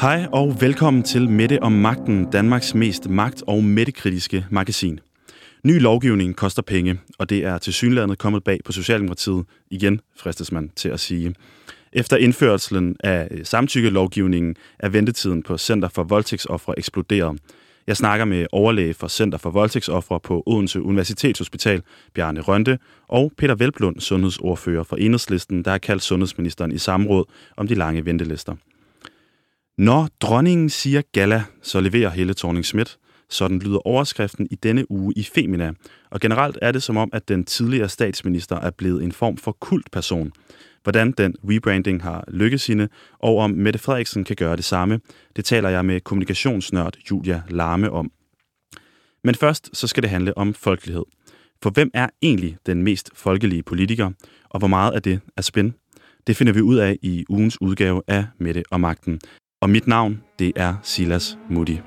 Hej og velkommen til Mette og Magten, Danmarks mest magt- og mættekritiske magasin. Ny lovgivning koster penge, og det er tilsyneladende kommet bag på Socialdemokratiet. Igen fristes man til at sige. Efter indførelsen af samtykkelovgivningen er ventetiden på Center for Voldtægtsofre eksploderet. Jeg snakker med overlæge for Center for Voldtægtsofre på Odense Universitetshospital, Bjarne Rønde, og Peter Hvelplund, sundhedsordfører for Enhedslisten, der har kaldt sundhedsministeren i samråd om de lange ventelister. Når dronningen siger galla, så leverer Helle Thorning-Schmidt. Sådan lyder overskriften i denne uge i Femina. Og generelt er det som om, at den tidligere statsminister er blevet en form for kultperson. Hvordan den rebranding har lykkes hende, og om Mette Frederiksen kan gøre det samme, det taler jeg med kommunikationsnørd Julia Larme om. Men først så skal det handle om folkelighed. For hvem er egentlig den mest folkelige politiker, og hvor meget af det er spin? Det finder vi ud af i ugens udgave af Mette og Magten. Og mit navn, det er Silas Moody.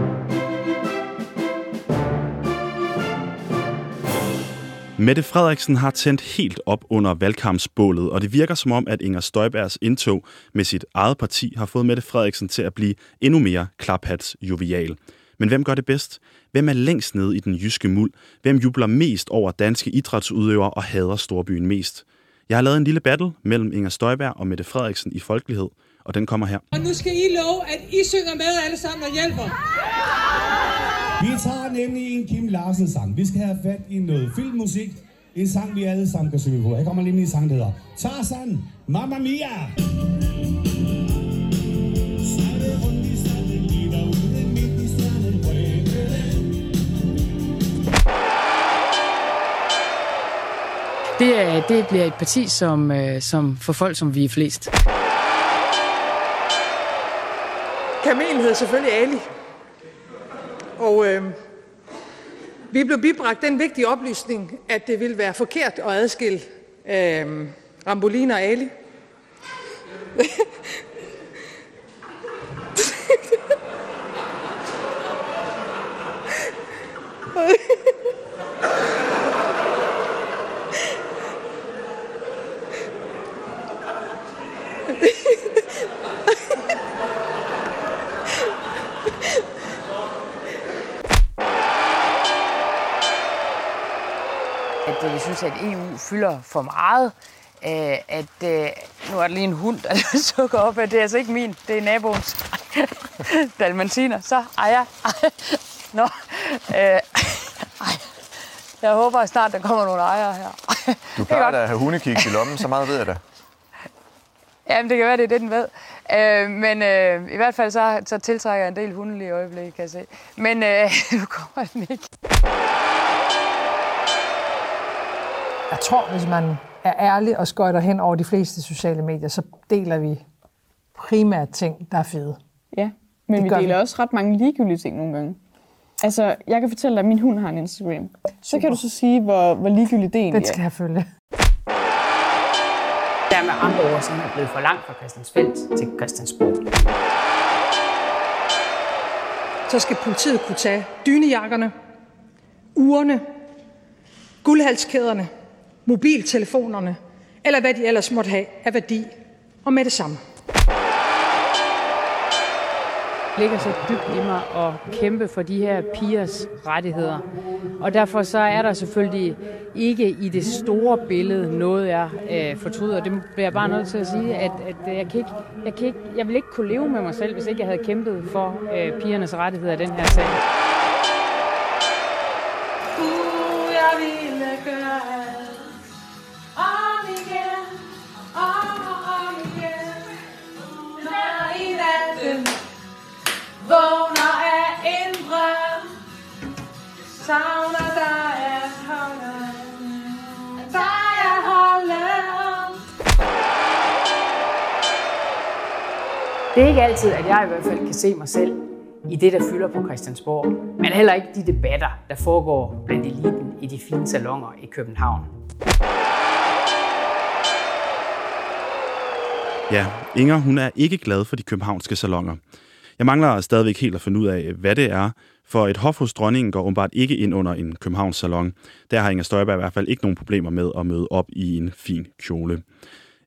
Mette Frederiksen har tændt helt op under valgkampsbålet, og det virker som om, at Inger Støjbergs indtog med sit eget parti har fået Mette Frederiksen til at blive endnu mere klaphatsjovial. Men hvem gør det bedst? Hvem er længst nede i den jyske muld? Hvem jubler mest over danske idrætsudøvere og hader storbyen mest? Jeg har lavet en lille battle mellem Inger Støjberg og Mette Frederiksen i folkelighed, og den kommer her. Og nu skal I love, at I synger med alle sammen og hjælper. Vi tager nemlig en Kim Larsen-sang. Vi skal have fat i noget filmmusik. En sang, vi alle sammen kan synge på. Jeg kommer lige med en sang, der hedder Tarzan, Mamma Mia! Det bliver et parti, som for folk, som vi er flest. Kamelen hed selvfølgelig Ali. Og vi blev bibragt den vigtige oplysning, at det ville være forkert at adskille Rambolin og Ali. Jeg synes, at EU fylder for meget. Nu er der lige en hund, der sukker op, at det er altså ikke min, det er naboens dalmatiner. Så, Nå. Jeg håber snart, der kommer nogle ejere her. Du plejer da at have hundekiks i lommen, så meget ved jeg da. Jamen, det kan være, det er det, den ved. Men i hvert fald så tiltrækker jeg en del hunde lige i øjeblikket, kan jeg se. Men nu kommer den ikke. Jeg tror, hvis man er ærlig og skøjter hen over de fleste sociale medier, så deler vi primært ting, der er fede. Ja, men vi deler også ret mange ligegyldige ting nogle gange. Altså, jeg kan fortælle dig, at min hund har en Instagram. Så kan du så sige, hvor ligegyldigt det egentlig er. Det skal jeg følge. Der er med andre ord, som er blevet for langt fra Christiansfeld til Christiansborg. Så skal politiet kunne tage dynejakkerne, urene, guldhalskæderne, mobiltelefonerne, eller hvad de ellers måtte have af værdi, og med det samme. Det ligger så dybt i mig at kæmpe for de her pigers rettigheder. Og derfor så er der selvfølgelig ikke i det store billede noget, jeg fortryder. Og det bliver jeg bare nødt til at sige, at jeg vil ikke kunne leve med mig selv, hvis ikke jeg havde kæmpet for pigernes rettigheder i den her sag. Jeg ville gøre om igen, om igen. Når i natten vågner af en drøm, savner dig at holde om. Det er ikke altid, at jeg i hvert fald kan se mig selv i det, der fylder på Christiansborg, men heller ikke de debatter, der foregår blandt eliten i de fine salonger i København. Ja, Inger, hun er ikke glad for de københavnske salonger. Jeg mangler stadigvæk helt at finde ud af, hvad det er, for et hof hos dronningen går åbenbart ikke ind under en Københavns salon. Der har Inger Støjberg i hvert fald ikke nogen problemer med at møde op i en fin kjole.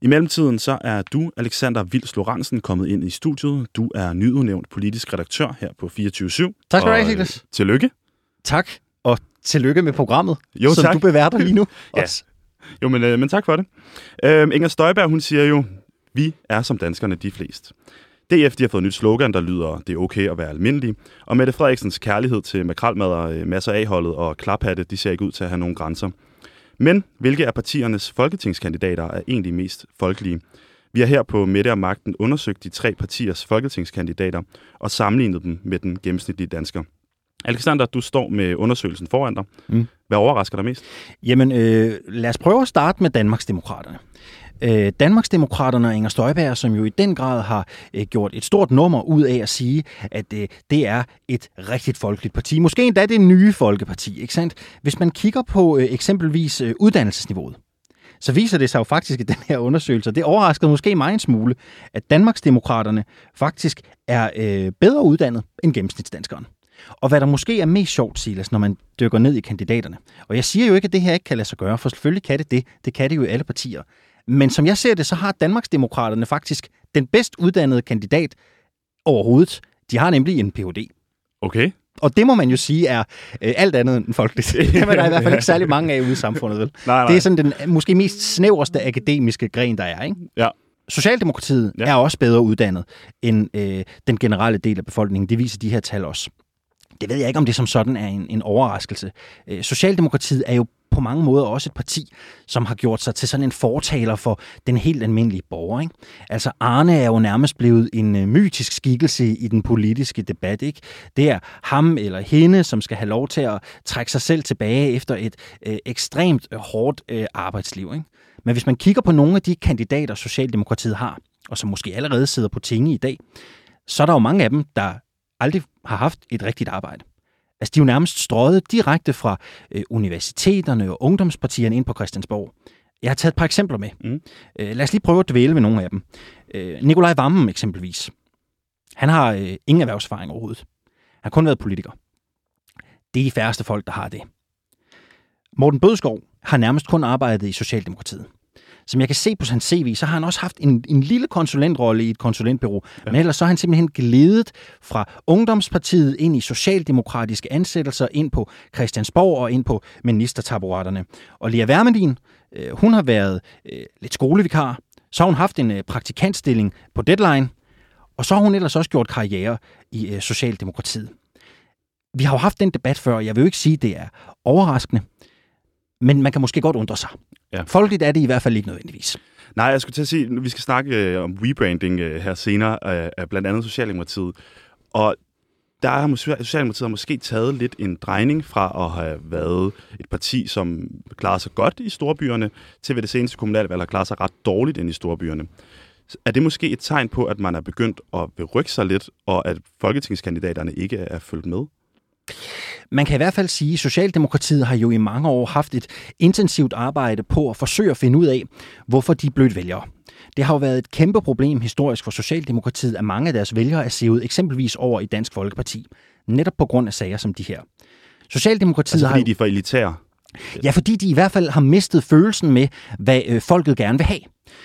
I mellemtiden så er du, Alexander Vils Lorentzen, kommet ind i studiet. Du er nyudnævnt politisk redaktør her på 24/7. Tak skal du have, Niklas. Tillykke. Tak, og tillykke med programmet, jo, som tak. Du beværter lige nu. Ja. Jo, men tak for det. Inger Støjberg, hun siger jo, vi er som danskerne de flest. DF, de har fået et nyt slogan, der lyder, det er okay at være almindelig. Og Mette Frederiksens kærlighed til makrelmadder, masser af holdet og klaphatte, de ser ikke ud til at have nogen grænser. Men hvilke af partiernes folketingskandidater er egentlig mest folkelige? Vi har her på Mette og Magten undersøgt de 3 partiers folketingskandidater og sammenlignet dem med den gennemsnitlige dansker. Alexander, du står med undersøgelsen foran dig. Hvad overrasker dig mest? Jamen, lad os prøve at starte med Danmarksdemokraterne. Danmarksdemokraterne og Inger Støjberg, som jo i den grad har gjort et stort nummer ud af at sige, at det er et rigtigt folkeligt parti. Måske endda det nye folkeparti, ikke sandt? Hvis man kigger på eksempelvis uddannelsesniveauet, så viser det sig jo faktisk i den her undersøgelse, og det overraskede måske mig en smule, at Danmarksdemokraterne faktisk er bedre uddannet end gennemsnitsdanskeren. Og hvad der måske er mest sjovt, Silas, når man dykker ned i kandidaterne. Og jeg siger jo ikke, at det her ikke kan lade sig gøre, for selvfølgelig kan det det. Det kan det jo i alle partier. Men som jeg ser det, så har Danmarksdemokraterne faktisk den bedst uddannede kandidat overhovedet. De har nemlig en Ph.D. Okay. Og det må man jo sige er alt andet end folkeligt. Det er der i hvert fald ikke særlig mange af ude i samfundet, vel? Nej. Det er sådan den måske mest snæverste akademiske gren, der er, ikke? Ja. Socialdemokratiet er også bedre uddannet end den generelle del af befolkningen. Det viser de her tal også. Det ved jeg ikke, om det som sådan er en overraskelse. Socialdemokratiet er jo på mange måder også et parti, som har gjort sig til sådan en fortaler for den helt almindelige borger, ikke? Altså Arne er jo nærmest blevet en mytisk skikkelse i den politiske debat, ikke? Det er ham eller hende, som skal have lov til at trække sig selv tilbage efter et ekstremt hårdt arbejdsliv, ikke? Men hvis man kigger på nogle af de kandidater, Socialdemokratiet har, og som måske allerede sidder på tinge i dag, så er der jo mange af dem, der aldrig har haft et rigtigt arbejde. Altså, de er jo nærmest strøget direkte fra universiteterne og ungdomspartierne ind på Christiansborg. Jeg har taget et par eksempler med. Lad os lige prøve at dvæle ved nogle af dem. Nikolaj Wammen eksempelvis. Han har ingen erhvervserfaring overhovedet. Han har kun været politiker. Det er de færreste folk, der har det. Morten Bødskov har nærmest kun arbejdet i Socialdemokratiet. Som jeg kan se på hans CV, så har han også haft en lille konsulentrolle i et konsulentbureau. Ja. Men ellers så har han simpelthen gledet fra Ungdomspartiet ind i socialdemokratiske ansættelser, ind på Christiansborg og ind på ministertaburetterne. Og Lea Wermelin, hun har været lidt skolevikar. Så har hun haft en praktikantstilling på Deadline. Og så har hun ellers også gjort karriere i Socialdemokratiet. Vi har jo haft den debat før, og jeg vil jo ikke sige, at det er overraskende. Men man kan måske godt undre sig. Ja. Folkeligt er det i hvert fald ikke nødvendigvis. Nej, jeg skulle til at sige, at vi skal snakke om rebranding her senere af blandt andet Socialdemokratiet. Og der har Socialdemokratiet måske taget lidt en drejning fra at have været et parti, som klarer sig godt i storbyerne, til ved det seneste kommunalvalg har klaret sig ret dårligt ind i storbyerne. Er det måske et tegn på, at man er begyndt at rykke sig lidt, og at folketingskandidaterne ikke er fulgt med? Man kan i hvert fald sige, at Socialdemokratiet har jo i mange år haft et intensivt arbejde på at forsøge at finde ud af, hvorfor de er blødt vælgere. Det har jo været et kæmpe problem historisk for Socialdemokratiet, at mange af deres vælgere er sivet eksempelvis over i Dansk Folkeparti. Netop på grund af sager som de her. Socialdemokratiet altså fordi de er for elitære? Ja, fordi de i hvert fald har mistet følelsen med, hvad folket gerne vil have.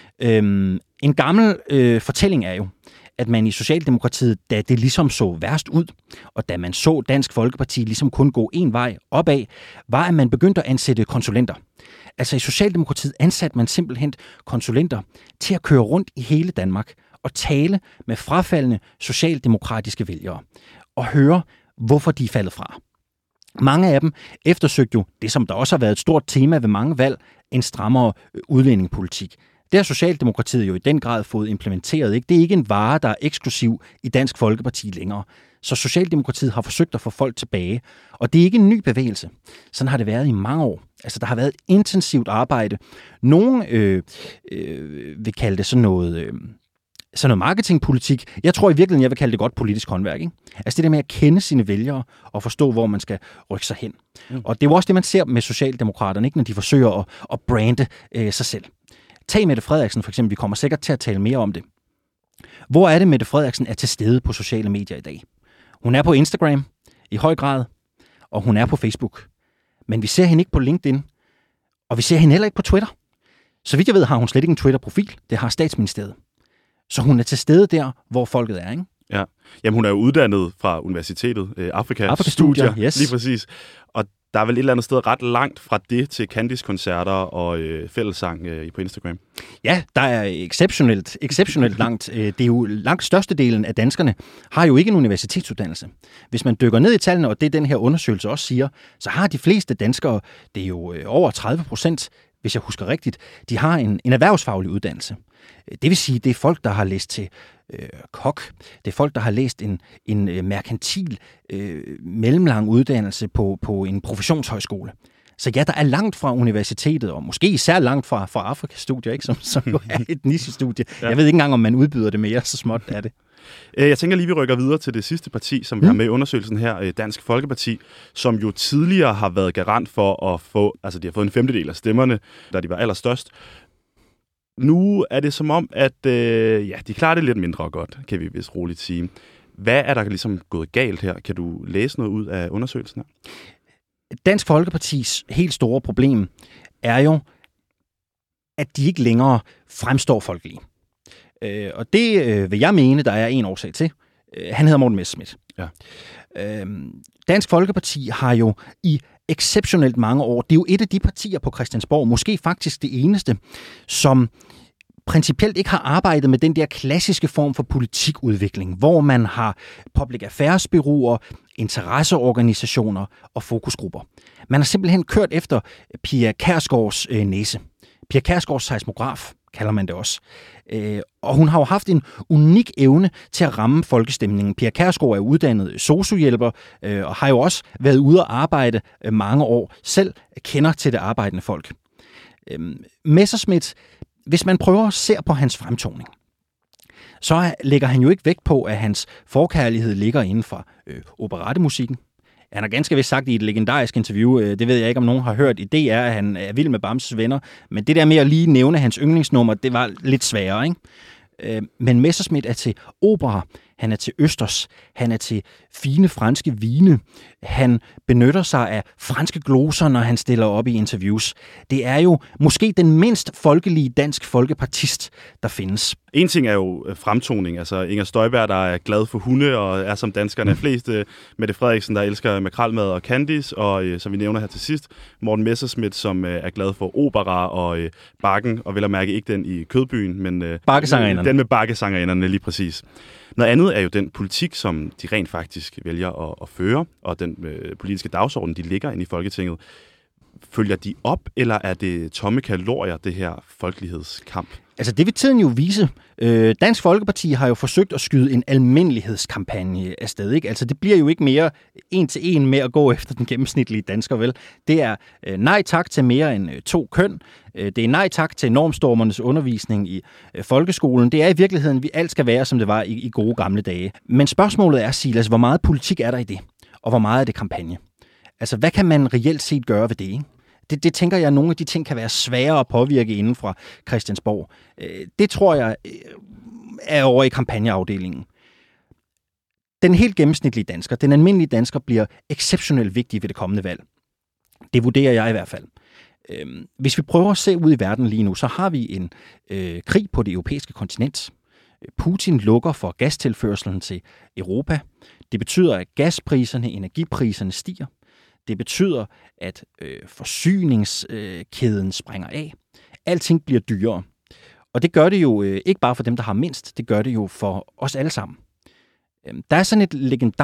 En gammel fortælling er jo, at man i Socialdemokratiet, da det ligesom så værst ud, og da man så Dansk Folkeparti ligesom kun gå en vej opad, var, at man begyndte at ansætte konsulenter. Altså i Socialdemokratiet ansatte man simpelthen konsulenter til at køre rundt i hele Danmark og tale med frafaldende socialdemokratiske vælgere og høre, hvorfor de er faldet fra. Mange af dem eftersøgte jo det, som der også har været et stort tema ved mange valg, en strammere udlændingepolitik. Det har Socialdemokratiet jo i den grad fået implementeret. Ikke? Det er ikke en vare, der er eksklusiv i Dansk Folkeparti længere. Så Socialdemokratiet har forsøgt at få folk tilbage. Og det er ikke en ny bevægelse. Sådan har det været i mange år. Altså, der har været et intensivt arbejde. Nogle vil kalde det sådan noget marketingpolitik. Jeg tror i virkeligheden, jeg vil kalde det godt politisk håndværk. Ikke? Altså det der med at kende sine vælgere og forstå, hvor man skal rykke sig hen. Og det er jo også det, man ser med Socialdemokraterne, ikke? Når de forsøger at brande sig selv. Tag Mette Frederiksen for eksempel. Vi kommer sikkert til at tale mere om det. Hvor er det, Mette Frederiksen er til stede på sociale medier i dag? Hun er på Instagram i høj grad, og hun er på Facebook. Men vi ser hende ikke på LinkedIn, og vi ser hende heller ikke på Twitter. Så vidt jeg ved, har hun slet ikke en Twitter-profil. Det har Statsministeriet. Så hun er til stede der, hvor folket er, ikke? Ja. Jamen, hun er jo uddannet fra universitetet, Afrika-studier, yes. Lige præcis. Og der er vel et eller andet sted ret langt fra det til Candice-koncerter og fællessang på Instagram. Ja, der er exceptionelt langt. Det er jo langt størstedelen af danskerne har jo ikke en universitetsuddannelse. Hvis man dykker ned i tallene, og det den her undersøgelse også siger, så har de fleste danskere, det er jo over 30%, hvis jeg husker rigtigt, de har en erhvervsfaglig uddannelse. Det vil sige, det er folk, der har læst til kok. Det er folk, der har læst en merkantil mellemlang uddannelse på en professionshøjskole. Så ja, der er langt fra universitetet, og måske især langt fra Afrika-studier, ikke? Som jo er et niche-studie. Ja. Jeg ved ikke engang, om man udbyder det mere, så småt er det. Jeg tænker lige, vi rykker videre til det sidste parti, som vi har med i undersøgelsen her, Dansk Folkeparti, som jo tidligere har været garant for at få, altså de har fået en 1/5 af stemmerne, da de var allerstørst. Nu er det som om, at de klarer det lidt mindre godt, kan vi vist roligt sige. Hvad er der ligesom gået galt her? Kan du læse noget ud af undersøgelsen her? Dansk Folkepartis helt store problem er jo, at de ikke længere fremstår folkelige. Og det vil jeg mene, der er en årsag til. Han hedder Morten Messerschmidt. Ja. Dansk Folkeparti har jo i exceptionelt mange år, det er jo et af de partier på Christiansborg, måske faktisk det eneste, som principielt ikke har arbejdet med den der klassiske form for politikudvikling, hvor man har public affairs-bureauer, interesseorganisationer og fokusgrupper. Man har simpelthen kørt efter Pia Kjærsgaards næse. Pia Kjærsgaards seismograf, kalder man det også. Og hun har jo haft en unik evne til at ramme folkestemningen. Pia Kjærsgaard er uddannet sosu-hjælper og har jo også været ude at arbejde mange år. Selv kender til det arbejdende folk. Messerschmidt, hvis man prøver at se på hans fremtoning, så lægger han jo ikke vægt på, at hans forkærlighed ligger inden for operettemusikken. Han har ganske vist sagt i et legendarisk interview, det ved jeg ikke, om nogen har hørt i DR, at han er vild med Bamses Venner, men det der med at lige nævne hans yndlingsnummer, det var lidt sværere, ikke? Men Messerschmidt er til opera, han er til østers, han er til fine franske vine, han benytter sig af franske gloser, når han stiller op i interviews. Det er jo måske den mindst folkelige dansk folkepartist, der findes. En ting er jo fremtoning. Altså Inger Støjberg, der er glad for hunde og er som danskerne flest. Mette Frederiksen, der elsker makrelmad og Candice, og som vi nævner her til sidst, Morten Messerschmidt, som er glad for opera og Bakken, og vel at mærke ikke den i Kødbyen, men den med bakkesangerinderne lige præcis. Noget andet er jo den politik, som de rent faktisk vælger at føre, og den politiske dagsorden, de ligger inde i Folketinget. Følger de op, eller er det tomme kalorier, det her folkelighedskamp? Altså det vil tiden jo vise. Dansk Folkeparti har jo forsøgt at skyde en almindelighedskampagne afsted, ikke? Altså det bliver jo ikke mere en til en med at gå efter den gennemsnitlige dansker, vel? Det er nej tak til mere end 2 køn. Det er nej tak til normstormernes undervisning i folkeskolen. Det er i virkeligheden, vi alt skal være, som det var i gode gamle dage. Men spørgsmålet er, Silas, hvor meget politik er der i det? Og hvor meget er det kampagne? Altså hvad kan man reelt set gøre ved det, ikke? Det tænker jeg, at nogle af de ting kan være svære at påvirke inden fra Christiansborg. Det tror jeg er over i kampagneafdelingen. Den helt gennemsnitlige dansker, den almindelige dansker, bliver exceptionelt vigtig ved det kommende valg. Det vurderer jeg i hvert fald. Hvis vi prøver at se ud i verden lige nu, så har vi en krig på det europæiske kontinent. Putin lukker for gastilførselen til Europa. Det betyder, at gaspriserne, energipriserne stiger. Det betyder, at forsyningskæden springer af. Alting bliver dyrere. Og det gør det jo ikke bare for dem, der har mindst. Det gør det jo for os alle sammen. Der er sådan et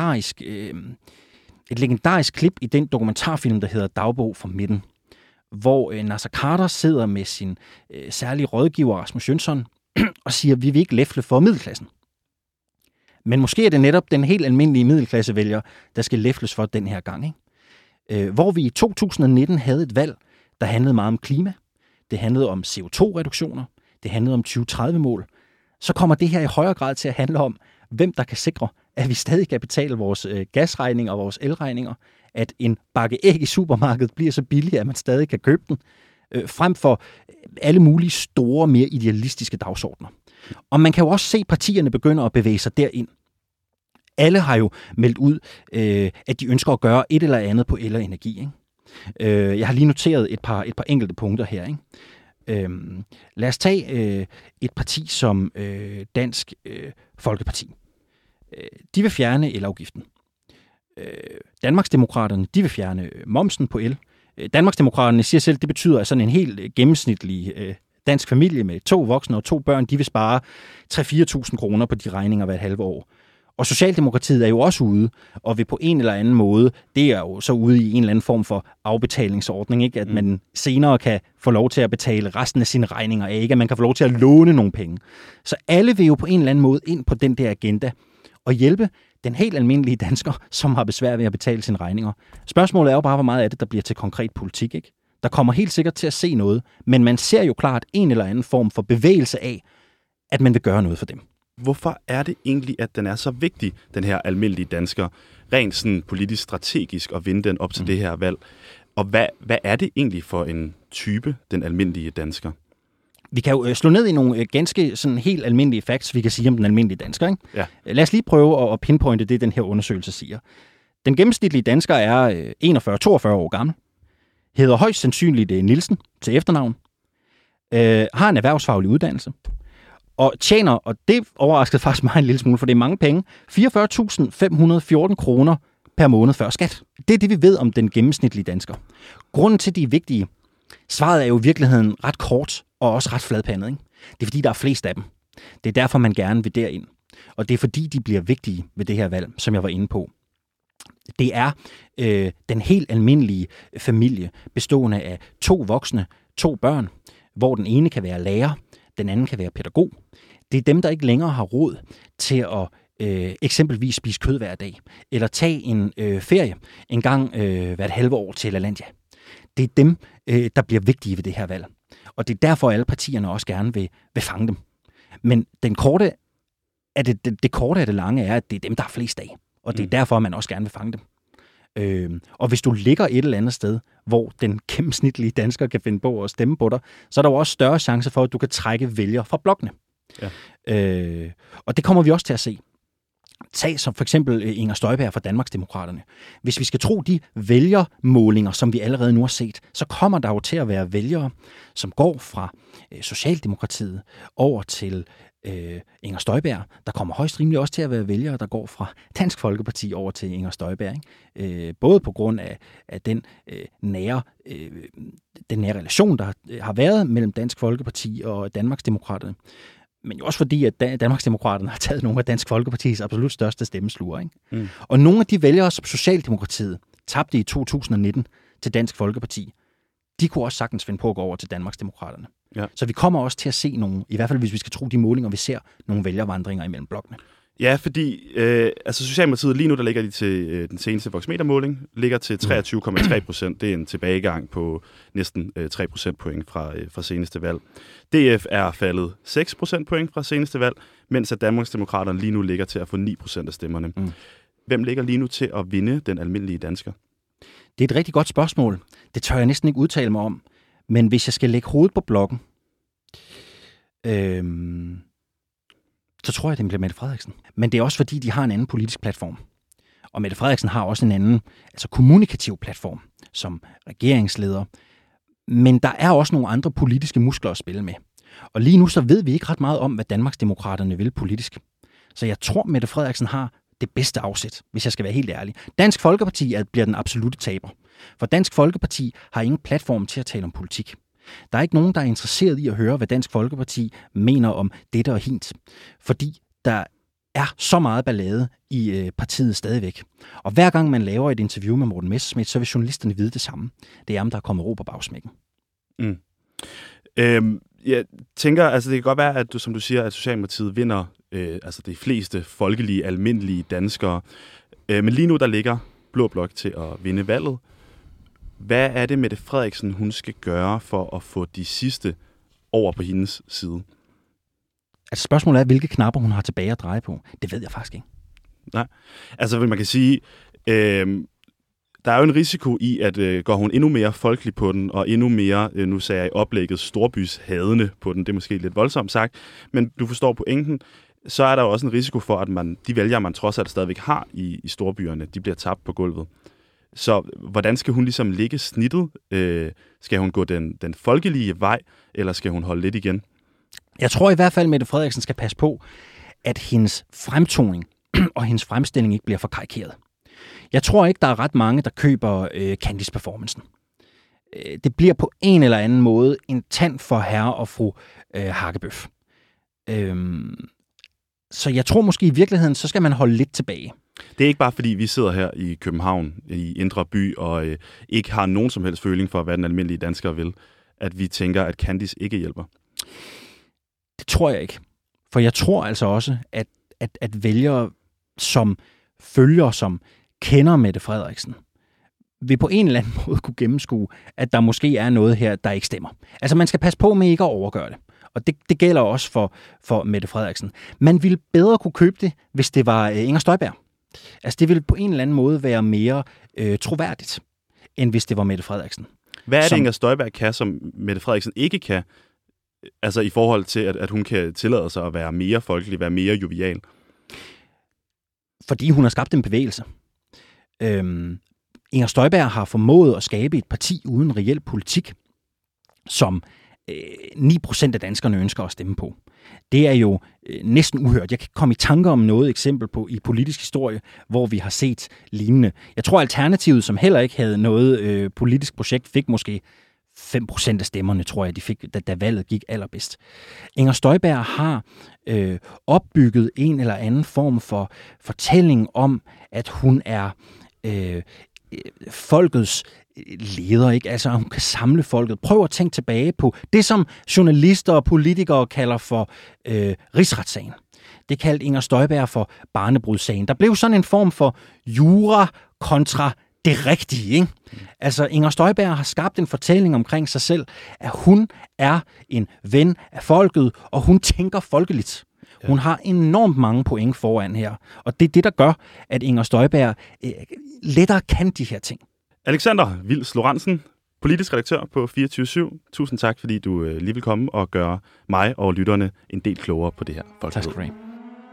legendarisk klip i den dokumentarfilm, der hedder Dagbog fra midten, hvor Nasser Carter sidder med sin særlige rådgiver Rasmus Jønsson og siger, at vi vil ikke læfle for middelklassen. Men måske er det netop den helt almindelige middelklassevælger, der skal læfles for den her gang, ikke? Hvor vi i 2019 havde et valg, der handlede meget om klima, det handlede om CO2-reduktioner, det handlede om 2030-mål, så kommer det her i højere grad til at handle om, hvem der kan sikre, at vi stadig kan betale vores gasregninger og vores elregninger, at en bakke æg i supermarkedet bliver så billig, at man stadig kan købe den, frem for alle mulige store, mere idealistiske dagsordner. Og man kan jo også se, at partierne begynder at bevæge sig derind. Alle har jo meldt ud, at de ønsker at gøre et eller andet på el og energi, ikke? Jeg har lige noteret et par enkelte punkter her, ikke? Lad os tage et parti som Dansk Folkeparti. De vil fjerne elafgiften. Danmarksdemokraterne, de vil fjerne momsen på el. Danmarksdemokraterne siger selv, det betyder, at sådan en helt gennemsnitlig dansk familie med 2 voksne og 2 børn, de vil spare 3-4.000 kroner på de regninger hver et halve år. Og Socialdemokratiet er jo også ude, og vil på en eller anden måde, det er jo så ude i en eller anden form for afbetalingsordning, ikke? At man senere kan få lov til at betale resten af sine regninger af, ikke? At man kan få lov til at låne nogle penge. Så alle vil jo på en eller anden måde ind på den der agenda og hjælpe den helt almindelige dansker, som har besvær ved at betale sine regninger. Spørgsmålet er jo bare, hvor meget af det, der bliver til konkret politik, ikke? Der kommer helt sikkert til at se noget, men man ser jo klart en eller anden form for bevægelse af, at man vil gøre noget for dem. Hvorfor er det egentlig, at den er så vigtig, den her almindelige dansker, rent sådan politisk strategisk at vinde den op til det her valg? Og hvad er det egentlig for en type, den almindelige dansker? Vi kan jo slå ned i nogle ganske sådan helt almindelige facts, vi kan sige om den almindelige dansker, ikke? Ja. Lad os lige prøve at pinpointe det, den her undersøgelse siger. Den gennemsnitlige dansker er 41-42 år gammel, hedder højst sandsynligt Nielsen til efternavn, har en erhvervsfaglig uddannelse, og tjener, og det overraskede faktisk mig en lille smule, for det er mange penge, 44.514 kroner per måned før skat. Det er det, vi ved om den gennemsnitlige dansker. Grunden til, de er vigtige, svaret er jo i virkeligheden ret kort og også ret fladpandet, ikke? Det er fordi, der er flest af dem. Det er derfor, man gerne vil derind. Og det er fordi, de bliver vigtige ved det her valg, som jeg var inde på. Det er den helt almindelige familie, bestående af 2 voksne, 2 børn, hvor den ene kan være lærer, den anden kan være pædagog. Det er dem, der ikke længere har råd til at eksempelvis spise kød hver dag, eller tage en ferie en gang hvert halve år til Lalandia. Det er dem, der bliver vigtige ved det her valg. Og det er derfor, alle partierne også gerne vil fange dem. Men det korte af det lange er, at det er dem, der er flest af. Og det er derfor, man også gerne vil fange dem. Og hvis du ligger et eller andet sted, hvor den gennemsnitlige dansker kan finde på at stemme på dig, så er der jo også større chance for, at du kan trække vælgere fra blokkene. Ja. Og det kommer vi også til at se. Tag som for eksempel Inger Støjberg fra Danmarksdemokraterne. Hvis vi skal tro de vælgermålinger, som vi allerede nu har set, så kommer der jo til at være vælgere, som går fra Socialdemokratiet over til Inger Støjberg. Der kommer højst rimeligt også til at være vælgere, der går fra Dansk Folkeparti over til Inger Støjberg. Ikke? Både på grund af den nære relation, der har været mellem Dansk Folkeparti og Danmarksdemokraterne. Men jo også fordi, at Danmarksdemokraterne har taget nogle af Dansk Folkepartis absolut største stemmesluger. Ikke? Og nogle af de vælgere, som Socialdemokratiet tabte i 2019 til Dansk Folkeparti, de kunne også sagtens finde på at gå over til Danmarksdemokraterne. Ja. Så vi kommer også til at se nogle, i hvert fald hvis vi skal tro de målinger, vi ser, nogle vælgervandringer imellem blokkene. Ja, fordi Socialdemokratiet lige nu, der ligger de til den seneste Voxmeter-måling, ligger til 23,3%. Det er en tilbagegang på næsten 3 procentpoint fra seneste valg. DF er faldet 6 procentpoint fra seneste valg, mens at Danmarksdemokraterne lige nu ligger til at få 9% af stemmerne. Hvem ligger lige nu til at vinde den almindelige dansker? Det er et rigtig godt spørgsmål. Det tør jeg næsten ikke udtale mig om. Men hvis jeg skal lægge hovedet på blokken, så tror jeg, det bliver Mette Frederiksen. Men det er også fordi, de har en anden politisk platform. Og Mette Frederiksen har også en anden, altså kommunikativ platform, som regeringsleder. Men der er også nogle andre politiske muskler at spille med. Og lige nu så ved vi ikke ret meget om, hvad Danmarksdemokraterne vil politisk. Så jeg tror, Mette Frederiksen har det bedste afsæt, hvis jeg skal være helt ærlig. Dansk Folkeparti bliver den absolute taber. For Dansk Folkeparti har ingen platform til at tale om politik. Der er ikke nogen, der er interesseret i at høre, hvad Dansk Folkeparti mener om dette og hint. Fordi der er så meget ballade i partiet stadigvæk. Og hver gang man laver et interview med Morten Messerschmidt, så vil journalisterne vide det samme. Det er ham, der er kommet ro på bagsmækken. Jeg tænker, altså det kan godt være, at som du siger, at Socialdemokratiet vinder altså de fleste folkelige, almindelige danskere. Men lige nu, der ligger Blå Blok til at vinde valget. Hvad er det, Mette Frederiksen, hun skal gøre for at få de sidste over på hendes side? Altså spørgsmålet er, hvilke knapper hun har tilbage at dreje på. Det ved jeg faktisk ikke. Nej, altså man kan sige, der er jo en risiko i, at går hun endnu mere folkelig på den, og endnu mere, nu sagde jeg i oplægget, storbys-hadende på den. Det er måske lidt voldsomt sagt, men du forstår pointen. Så er der jo også en risiko for, at de vælgere, man trods alt stadigvæk har i storbyerne, de bliver tabt på gulvet. Så hvordan skal hun ligesom ligge snittet? Skal hun gå den folkelige vej, eller skal hun holde lidt igen? Jeg tror i hvert fald, at Mette Frederiksen skal passe på, at hendes fremtoning og hendes fremstilling ikke bliver for karikeret. Jeg tror ikke, der er ret mange, der køber Candice-performancen. Det bliver på en eller anden måde en tand for herre og fru Hakkebøf. Så jeg tror måske i virkeligheden, så skal man holde lidt tilbage. Det er ikke bare fordi, vi sidder her i København, i Indre By, og ikke har nogen som helst føling for, hvad den almindelige dansker vil, at vi tænker, at Candice ikke hjælper. Det tror jeg ikke. For jeg tror altså også, at vælgere, som følger, som kender Mette Frederiksen, vil på en eller anden måde kunne gennemskue, at der måske er noget her, der ikke stemmer. Altså man skal passe på med ikke at overgøre det. Og det gælder også for Mette Frederiksen. Man ville bedre kunne købe det, hvis det var Inger Støjberg. Altså det ville på en eller anden måde være mere troværdigt, end hvis det var Mette Frederiksen. Hvad er det, Inger Støjberg kan, som Mette Frederiksen ikke kan? Altså i forhold til, at hun kan tillade sig at være mere folkelig, være mere jovial? Fordi hun har skabt en bevægelse. Inger Støjberg har formået at skabe et parti uden reel politik, som 9% af danskerne ønsker at stemme på. Det er jo næsten uhørt. Jeg kan komme i tanker om noget eksempel på i politisk historie, hvor vi har set lignende. Jeg tror, Alternativet, som heller ikke havde noget politisk projekt, fik måske 5% af stemmerne, tror jeg, de fik, da valget gik allerbedst. Inger Støjberg har opbygget en eller anden form for fortælling om, at hun er folkets leder, ikke? Altså, hun kan samle folket. Prøv at tænke tilbage på det, som journalister og politikere kalder for rigsretssagen. Det kaldte Inger Støjberg for barnebrudssagen. Der blev sådan en form for jura kontra det rigtige, ikke? Altså, Inger Støjberg har skabt en fortælling omkring sig selv, at hun er en ven af folket, og hun tænker folkeligt. Hun har enormt mange point foran her, og det er det, der gør, at Inger Støjberg lettere kan de her ting. Alexander Vils Lorentzen, politisk redaktør på 24/7. Tusind tak, fordi du lige vil komme og gøre mig og lytterne en del klogere på det her folkelighed. Tak skal du have.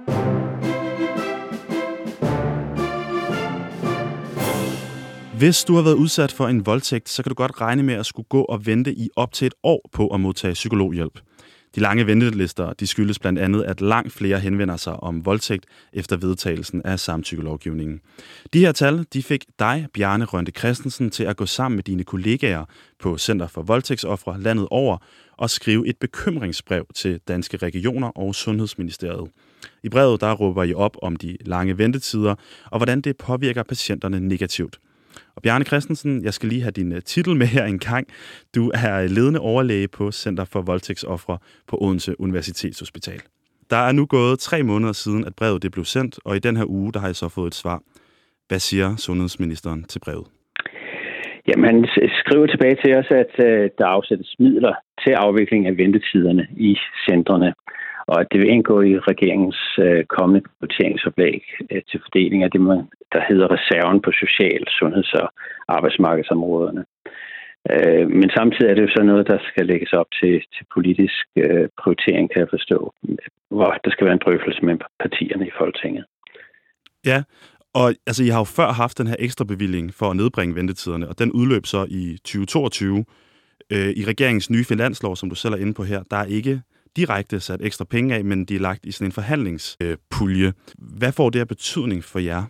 Hvis du har været udsat for en voldtægt, så kan du godt regne med at skulle gå og vente i op til et år på at modtage psykologhjælp. De lange ventelister, de skyldes blandt andet, at langt flere henvender sig om voldtægt efter vedtagelsen af samtykkelovgivningen. De her tal, de fik dig, Bjarne Rønde Christensen, til at gå sammen med dine kollegaer på Center for Voldtægtsofre landet over og skrive et bekymringsbrev til Danske Regioner og Sundhedsministeriet. I brevet der råber I op om de lange ventetider og hvordan det påvirker patienterne negativt. Og Bjarne Christensen, jeg skal lige have din titel med her en gang. Du er ledende overlæge på Center for Voldtægtsofre på Odense Universitetshospital. Der er nu gået 3 måneder siden, at brevet det blev sendt, og i den her uge, der har jeg så fået et svar. Hvad siger sundhedsministeren til brevet? Jamen, han skriver tilbage til os, at der afsættes midler til afvikling af ventetiderne i centrene, og at det vil indgå i regeringens kommende prioriteringsoplæg til fordeling af det, der hedder reserven på social-, sundheds- og arbejdsmarkedsområderne. Men samtidig er det jo så noget, der skal lægges op til politisk prioritering, kan jeg forstå, hvor der skal være en drøftelse med partierne i Folketinget. Ja, og altså, I har jo før haft den her ekstra bevilling for at nedbringe ventetiderne, og den udløb så i 2022. I regeringens nye finanslov, som du selv er inde på her, der er ikke direkte sat ekstra penge af, men de er lagt i sådan en forhandlingspulje. Hvad får det her betydning for jer?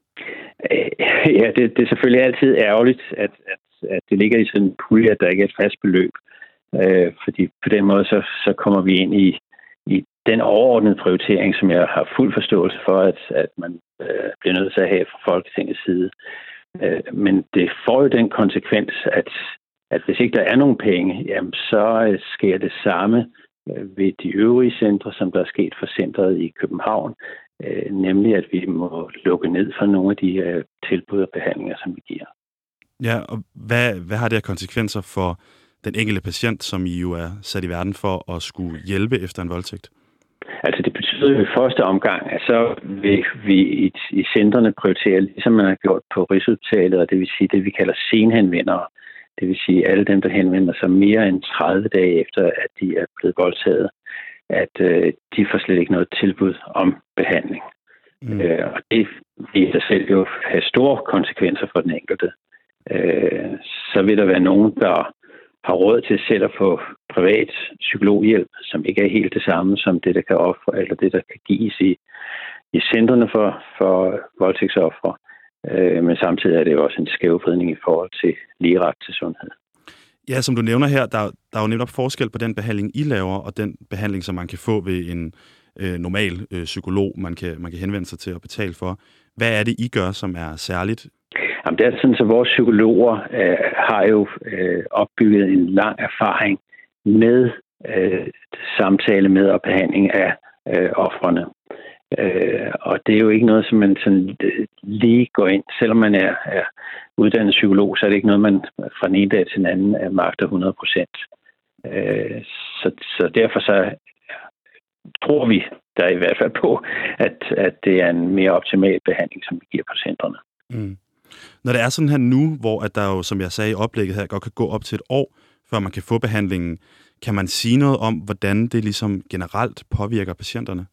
Ja, det er selvfølgelig altid ærgerligt, at det ligger i sådan en pulje, at der ikke er et fast beløb. Fordi på den måde, så kommer vi ind i den overordnede prioritering, som jeg har fuld forståelse for, at man bliver nødt til at have fra Folketingets side. Men det får jo den konsekvens, at hvis ikke der er nogen penge, jamen, så sker det samme ved de øvrige centre, som der er sket for centret i København, nemlig at vi må lukke ned for nogle af de tilbud og behandlinger, som vi giver. Ja, og hvad har det her konsekvenser for den enkelte patient, som I jo er sat i verden for at skulle hjælpe efter en voldtægt? Altså det betyder jo i første omgang, at så vil vi i centrene prioritere, ligesom man har gjort på Rigshospitalet, og det vil sige det, vi kalder senhenvendere. Det vil sige alle dem, der henvender sig mere end 30 dage efter, at de er blevet voldtaget, at de får slet ikke noget tilbud om behandling. Og det i sig selv jo have store konsekvenser for den enkelte. Så vil der være nogen, der har råd til selv at få privat psykologhjælp, som ikke er helt det samme som det, der kan ofre, eller det, der kan gives i centrene for voldtægtsofre. Men samtidig er det jo også en skævvridning i forhold til lige ret til sundhed. Ja, som du nævner her, der er jo netop forskel på den behandling, I laver, og den behandling, som man kan få ved en normal psykolog, man kan henvende sig til og betale for. Hvad er det, I gør, som er særligt? Jamen, det er sådan, at vores psykologer har jo opbygget en lang erfaring med samtale med og behandling af ofrene. Og det er jo ikke noget, som man sådan lige går ind. Selvom man er uddannet psykolog, så er det ikke noget, man fra den ene dag til den anden magter 100%. Så derfor så tror vi der i hvert fald på, at det er en mere optimal behandling, som vi giver patienterne. Mm. Når det er sådan her nu, hvor at der jo, som jeg sagde i oplægget her, godt kan gå op til et år, før man kan få behandlingen, kan man sige noget om, hvordan det ligesom generelt påvirker patienterne?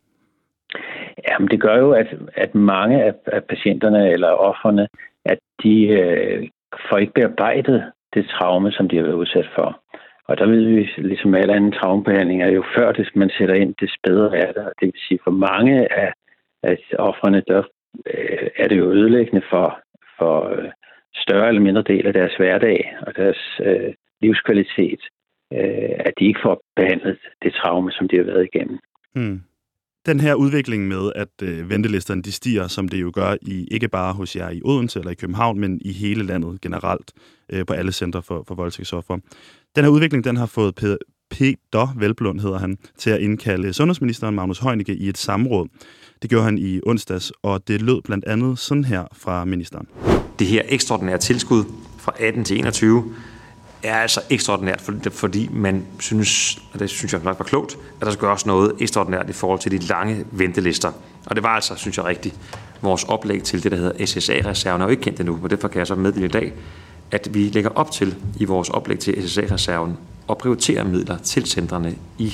Jamen, det gør jo, at mange af patienterne eller ofrene, at de får ikke bearbejdet det traume, som de har været udsat for. Og der ved vi, ligesom alle andre traumebehandlinger, jo før det, man sætter ind, des bedre er det. Det vil sige, for mange af ofrene, der er det jo ødelæggende for større eller mindre del af deres hverdag og deres livskvalitet, at de ikke får behandlet det traume, som de har været igennem. Mm. Den her udvikling med, at ventelisterne de stiger, som det jo gør ikke bare hos jer i Odense eller i København, men i hele landet generelt på alle centre for voldtægtsofre. Den her udvikling, den har fået Peter Velblund, hedder han, til at indkalde sundhedsministeren Magnus Heunicke i et samråd. Det gjorde han i onsdags, og det lød blandt andet sådan her fra ministeren. Det her ekstraordinære tilskud fra 18 til 21 er altså ekstraordinært, fordi man synes, og det synes jeg nok var klogt, at der skal gøres noget ekstraordinært i forhold til de lange ventelister. Og det var altså, synes jeg rigtigt, vores oplæg til det, der hedder SSA-reserven, er jo ikke kendt endnu, og derfor kan jeg så meddele i dag, at vi lægger op til i vores oplæg til SSA-reserven at prioritere midler til centrene i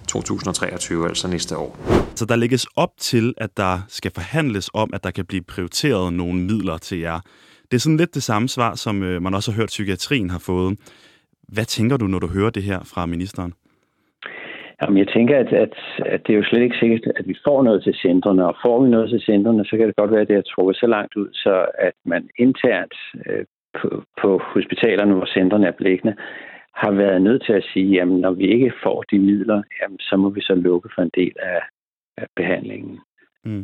2023, altså næste år. Så der lægges op til, at der skal forhandles om, at der kan blive prioriteret nogle midler til jer. Det er sådan lidt det samme svar, som man også har hørt, psykiatrien har fået. Hvad tænker du, når du hører det her fra ministeren? Jamen, jeg tænker, at det er jo slet ikke sikkert, at vi får noget til centrene. Og får vi noget til centrene, så kan det godt være, at det er trukket så langt ud, så at man internt på hospitalerne, hvor centrene er beliggende, har været nødt til at sige, jamen, når vi ikke får de midler, jamen, så må vi så lukke for en del af behandlingen. Mm.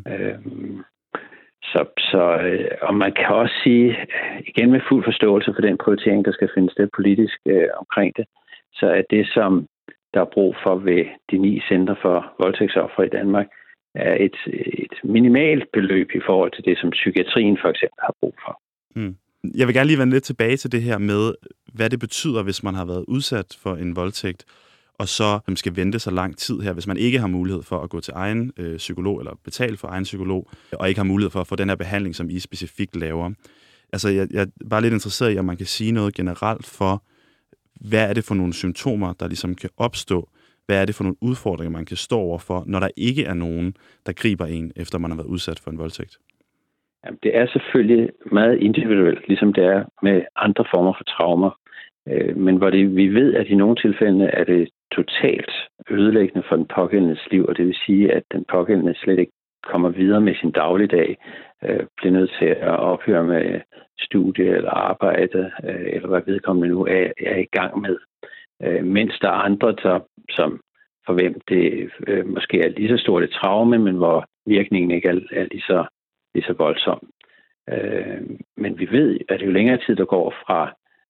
Og man kan også sige, igen med fuld forståelse for den prioritering, der skal findes sted politisk omkring det, så er det, som der er brug for ved de 9 centre for voldtægtsofre i Danmark, er et minimalt beløb i forhold til det, som psykiatrien for eksempel har brug for. Mm. Jeg vil gerne lige vende lidt tilbage til det her med, hvad det betyder, hvis man har været udsat for en voldtægt, og så skal vente så lang tid her, hvis man ikke har mulighed for at gå til egen psykolog, eller betale for egen psykolog, og ikke har mulighed for at få den her behandling, som I specifikt laver. Altså, jeg er bare lidt interesseret i, om man kan sige noget generelt for, hvad er det for nogle symptomer, der ligesom kan opstå? Hvad er det for nogle udfordringer, man kan stå overfor, når der ikke er nogen, der griber en, efter man har været udsat for en voldtægt? Jamen, det er selvfølgelig meget individuelt, ligesom det er med andre former for traumer. Men hvor vi ved, at i nogle tilfælde er det totalt ødelæggende for den pågældendes liv, og det vil sige, at den pågældende slet ikke kommer videre med sin dagligdag, bliver nødt til at ophøre med studie eller arbejde, eller hvad vedkommende nu er i gang med. Mens der er andre, som for hvem det måske er lige så stort et traume, men hvor virkningen ikke er lige så voldsom. Men vi ved, at jo længere tid der går fra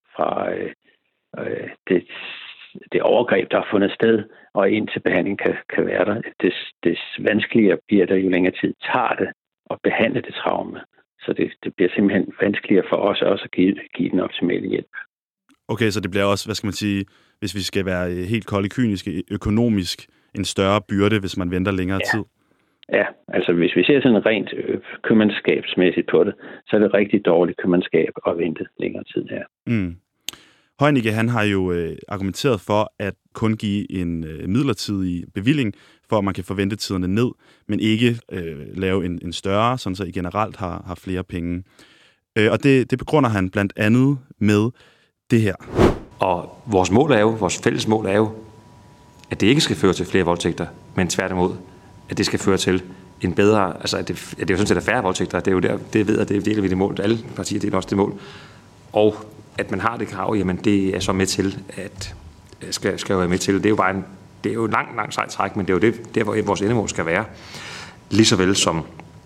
det overgreb, der har fundet sted, og indtil behandling kan være der, des vanskeligere bliver det, jo længere tid tager det at behandle det traume. Så det bliver simpelthen vanskeligere for os også at give den optimale hjælp. Okay, så det bliver også, hvad skal man sige, hvis vi skal være helt kolde kyniske, økonomisk en større byrde, hvis man venter længere tid? Ja, altså hvis vi ser sådan rent købmandskabsmæssigt på det, så er det rigtig dårligt købmandskab at vente længere tid her. Mm. Heunicke, han har jo argumenteret for at kun give en midlertidig bevilling, for at man kan få ventetiderne ned, men ikke lave en større, sådan så I generelt har flere penge. Og det begrunder han blandt andet med det her. Og vores fælles mål er jo, at det ikke skal føre til flere voldtægter, men tværtimod, at det skal føre til en bedre, altså at det er jo sådan set færre voldtægter, det er jo der, det ved jeg, det deler vi det mål, alle partier deler også det mål, og at man har det krav, jamen det er så med til, at skal jo være med til, det er jo bare det er jo en lang sejt træk, men det er jo der hvor vores endemål skal være, lige så vel som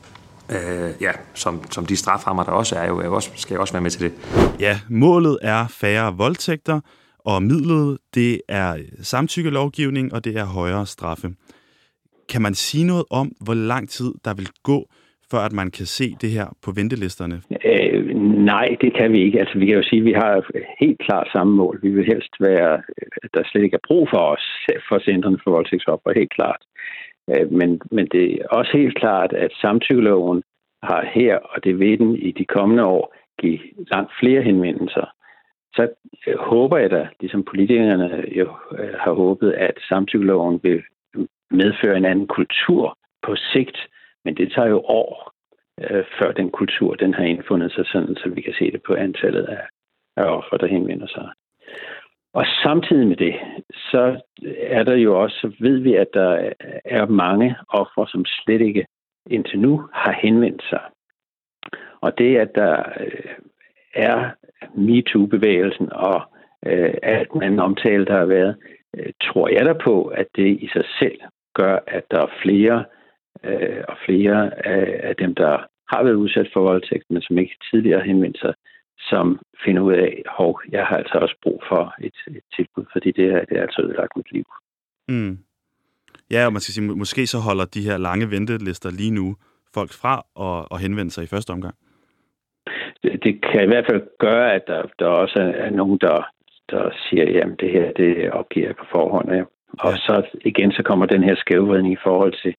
som de straframmer, der også er, skal jo også være med til det. Ja, målet er færre voldtægter, og midlet, det er samtykkelovgivning, og det er højere straffe. Kan man sige noget om, hvor lang tid der vil gå, før at man kan se det her på ventelisterne? Nej, det kan vi ikke. Altså, vi kan jo sige, at vi har helt klart samme mål. Vi vil helst være, at der slet ikke er brug for os, for centrene for voldtægtsofre, helt klart. Men det er også helt klart, at samtykkeloven har her, og det vil den i de kommende år, give langt flere henvendelser. Så håber jeg da, ligesom politikerne jo har håbet, at samtykkeloven vil medføre en anden kultur på sigt, men det tager jo år, før den kultur den har indfundet sig sådan, så vi kan se det på antallet af ofre, der henvender sig. Og samtidig med det, så er der jo også, så ved vi, at der er mange ofre, som slet ikke indtil nu har henvendt sig. Og det, at der er MeToo-bevægelsen og alt den omtale, der har været, tror jeg da på, at det i sig selv gør, at der er flere og flere af dem, der har været udsat for voldtægt, men som ikke tidligere har henvendt sig, som finder ud af, jeg har altså også brug for et tilbud, fordi det er altså ødelagt mit liv. Mm. Ja, og man skal sige, måske så holder de her lange ventelister lige nu folk fra at henvende sig i første omgang. Det kan i hvert fald gøre, at der også er nogen, der siger, jamen det her, det opgiver jeg på forhånd. Ja. Og så igen, så kommer den her skævvridning i forhold til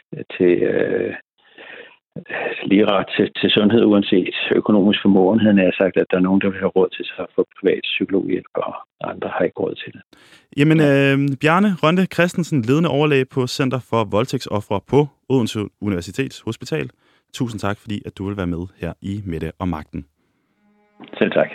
lige ret til sundhed, uanset økonomisk formåen, havde jeg sagt, at der er nogen, der vil have råd til sig at få privat psykologhjælp, og andre har ikke råd til det. Jamen, Bjarne Rønde Christensen, ledende overlæge på Center for Voldtægtsofre på Odense Universitets Hospital. Tusind tak, fordi at du vil være med her i Mette og Magten. Selv tak.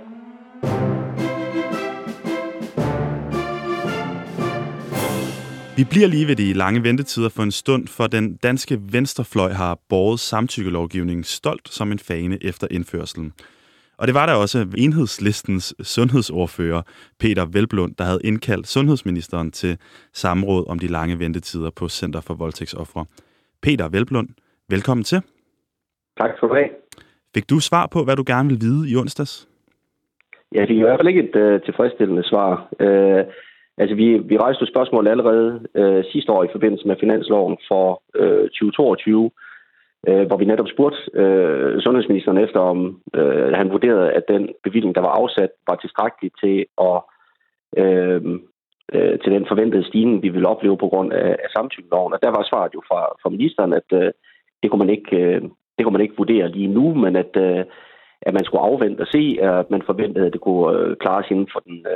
Vi bliver lige ved de lange ventetider for en stund, for den danske venstrefløj har båret samtykkelovgivningen stolt som en fane efter indførselen. Og det var der også Enhedslistens sundhedsordfører, Peter Hvelplund, der havde indkaldt sundhedsministeren til samråd om de lange ventetider på Center for Voldtægtsofre. Peter Hvelplund, velkommen til. Tak for det. Fik du svar på, hvad du gerne vil vide i onsdags? Ja, det er i hvert fald ikke et tilfredsstillende svar. Altså, vi rejste jo spørgsmål allerede sidste år i forbindelse med finansloven for 2022, hvor vi netop spurgte sundhedsministeren efter, om han vurderede, at den bevilling, der var afsat, var tilstrækkelig til til den forventede stigning, vi ville opleve på grund af samtykkeloven. Og der var svaret jo fra ministeren, at det kunne man ikke vurdere lige nu, men at man skulle afvente og se, at man forventede, at det kunne klares inden for den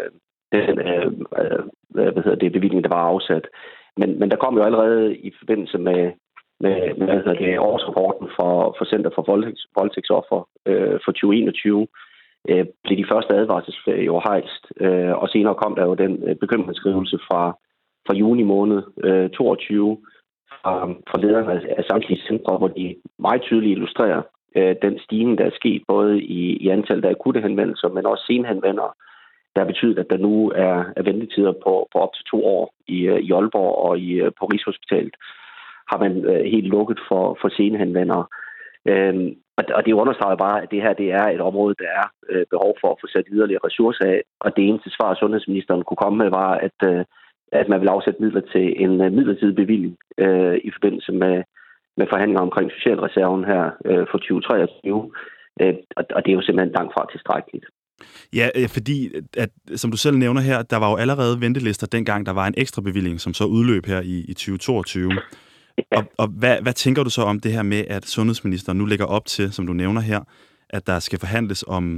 bevilling, der var afsat. Men der kom jo allerede i forbindelse med årsrapporten for Center for Voldtægtsofre for 2021, blev de første advarselsflag jo hejst, og senere kom der jo den bekymringsskrivelse fra juni måned 22 fra lederne af samtlige centre, hvor de meget tydeligt illustrerer den stigning, der er sket både i antallet af akutte henvendelser, men også senhenvendere, der betyder, at der nu er ventetider på op til 2 år i Aalborg og på Rigshospitalet har man helt lukket for senhenvendere. Og det understreger bare, at det her det er et område, der er behov for at få sat yderligere ressourcer af. Og det eneste svar, sundhedsministeren kunne komme med, var, at man vil afsætte midler til en midlertidig bevilling i forbindelse med forhandlinger omkring socialreserven her for 2023. Og det er jo simpelthen langt fra tilstrækkeligt. Ja, fordi, at, som du selv nævner her, der var jo allerede ventelister dengang, der var en ekstra bevilling, som så udløb her i 2022. Ja. Og hvad tænker du så om det her med, at sundhedsministeren nu lægger op til, som du nævner her, at der skal forhandles om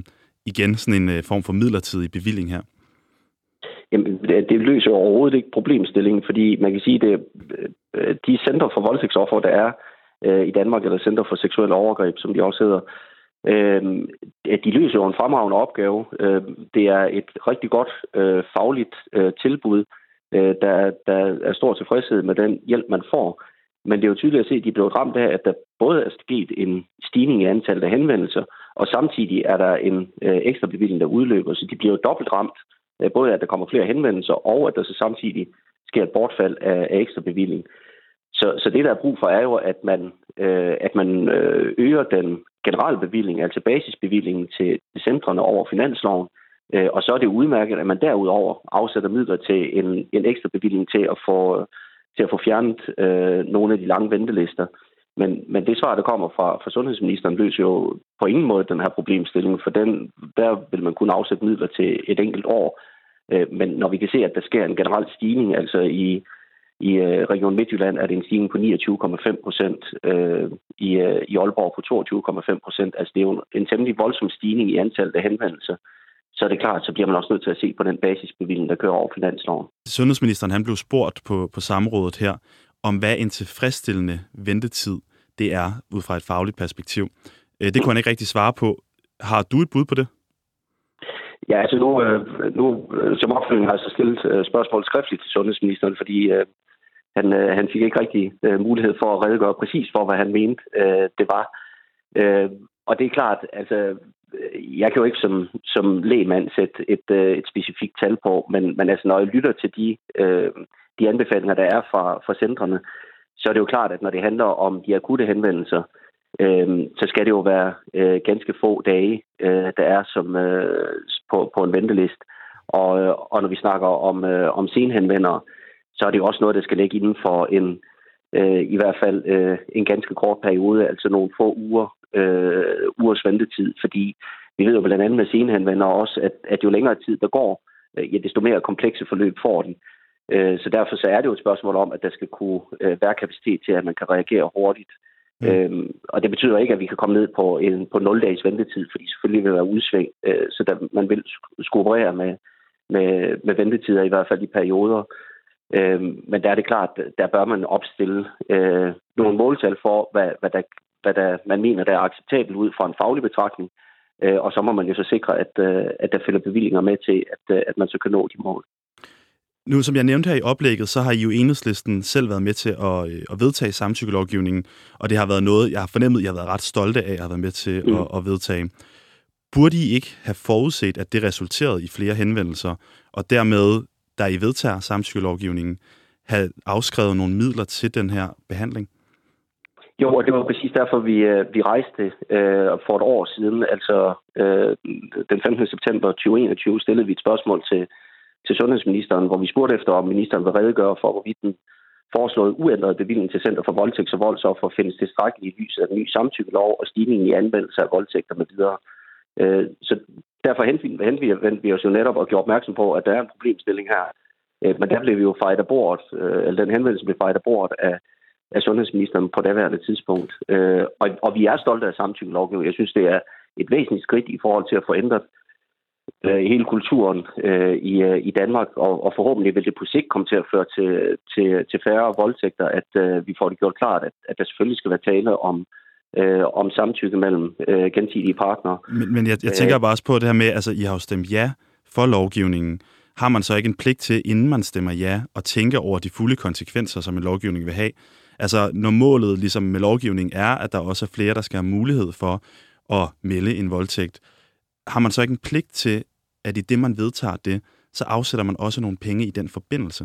igen sådan en form for midlertidig bevilling her? Jamen, det løser overhovedet ikke problemstillingen, fordi man kan sige, at de centre for voldtægtsoffer, der er i Danmark, eller Center for Seksuelle Overgreb, som de også hedder, de løser jo en fremragende opgave. Det er et rigtig godt fagligt tilbud. Der er stor tilfredshed med den hjælp, man får. Men det er jo tydeligt at se, at de blev ramt af, at der både er sket en stigning i antallet af henvendelser, og samtidig er der en ekstra bevilling, der udløber. Så de bliver jo dobbelt ramt. Både at der kommer flere henvendelser, og at der så samtidig sker et bortfald af ekstra bevilling. Så det, der er brug for, er jo, at man øger den generelle bevilling, altså basisbevillingen til centrene over finansloven. Og så er det udmærket, at man derudover afsætter midler til en ekstra bevilling til at få fjernet nogle af de lange ventelister. Men det svar, der kommer fra sundhedsministeren, løser jo på ingen måde den her problemstilling, for der vil man kunne afsætte midler til et enkelt år. Men når vi kan se, at der sker en generel stigning, altså i Region Midtjylland er det en stigning på 29,5%, i Aalborg på 22,5%. Altså det er jo en temmelig voldsom stigning i antallet af henvendelser. Så er det klart, så bliver man også nødt til at se på den basisbevilling, der kører over finansloven. Sundhedsministeren han blev spurgt på samrådet her, om hvad en tilfredsstillende ventetid det er, ud fra et fagligt perspektiv. Det kunne han ikke rigtig svare på. Har du et bud på det? Ja, altså nu som opfølgning har jeg så stillet spørgsmål skriftligt til sundhedsministeren, fordi han fik ikke rigtig mulighed for at redegøre præcis for, hvad han mente det var. Og det er klart, altså jeg kan jo ikke som lægmand sætte et specifikt tal på, men altså når jeg lytter til de anbefalinger, der er fra centrene, så er det jo klart, at når det handler om de akutte henvendelser, så skal det jo være ganske få dage, der er som på en venteliste. Og når vi snakker om senhenvendere, så er det jo også noget, der skal ligge inden for i hvert fald en ganske kort periode, altså nogle få ugers ventetid, fordi vi ved jo blandt andet med senhenvendere også, at jo længere tid der går, desto mere komplekse forløb får de. Så derfor så er det jo et spørgsmål om, at der skal kunne være kapacitet til, at man kan reagere hurtigt. Og det betyder ikke, at vi kan komme ned på 0 dages ventetid, fordi selvfølgelig vil være udsving, så man vil skulle operere med ventetider, i hvert fald i perioder. Men der er det klart, der bør man opstille nogle måltal for, hvad man mener, der er acceptabelt ud fra en faglig betragtning. Og så må man jo så sikre, at der følger bevillinger med til, at man så kan nå de mål. Nu, som jeg nævnte her i oplægget, så har I jo Enhedslisten selv været med til at vedtage samtykkelovgivningen, og det har været noget, jeg har fornemmet, jeg har været ret stolte af, at jeg har været med til at vedtage. Burde I ikke have forudset, at det resulterede i flere henvendelser, og dermed, da I vedtager samtykkelovgivningen, have afskrevet nogle midler til den her behandling? Jo, og det var præcis derfor, vi rejste for et år siden, altså den 15. september 2021, stillede vi et spørgsmål til sundhedsministeren, hvor vi spurgte efter, om ministeren vil redegøre for, hvorvidt den foreslåede uændrede bevilling til Center for Voldtægts- og Voldsoffer findes tilstrækkeligt i lyset af den nye samtykkelov og stigningen i anvendelse af voldtægter med videre. Så derfor vendte vi os jo netop og gjorde opmærksom på, at der er en problemstilling her. Men der blev vi jo fejret af bordet, eller den henvendelse blev fejret af bordet af sundhedsministeren på daværende tidspunkt. Og vi er stolte af samtykkelovgivningen. Jeg synes, det er et væsentligt skridt i forhold til at få ændret hele kulturen i Danmark, og forhåbentlig vil det på sigt komme til at føre til færre voldtægter, at vi får det gjort klart, at der selvfølgelig skal være tale om samtykke mellem gensidige partnere. Men jeg tænker bare også på det her med, altså I har jo stemt ja for lovgivningen. Har man så ikke en pligt til, inden man stemmer ja, at tænke over de fulde konsekvenser, som en lovgivning vil have? Altså når målet ligesom med lovgivningen er, at der også er flere, der skal have mulighed for at melde en voldtægt, har man så ikke en pligt til, at i det, man vedtager det, så afsætter man også nogle penge i den forbindelse?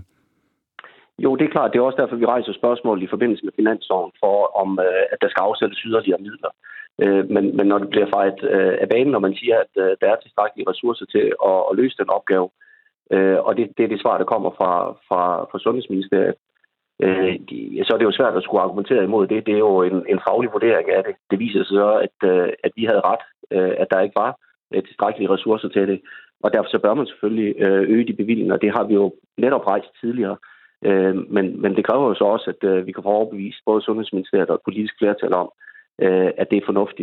Jo, det er klart. Det er også derfor, vi rejser spørgsmål i forbindelse med finansloven for, om at der skal afsættes yderligere midler. Men når det bliver fejret af banen, når man siger, at der er tilstrækkelige ressourcer til at løse den opgave, og det er det svar, der kommer fra Sundhedsministeriet, så er det jo svært at skulle argumentere imod det. Det er jo en faglig vurdering af det. Det viser sig så, at vi havde ret, at der ikke var tilstrækkelige ressourcer til det. Og derfor så bør man selvfølgelig øge de bevillinger. Det har vi jo netop rejst tidligere. Men det kræver jo så også, at vi kan få overbevist både Sundhedsministeriet og et politisk flertal om, at det er fornuftigt.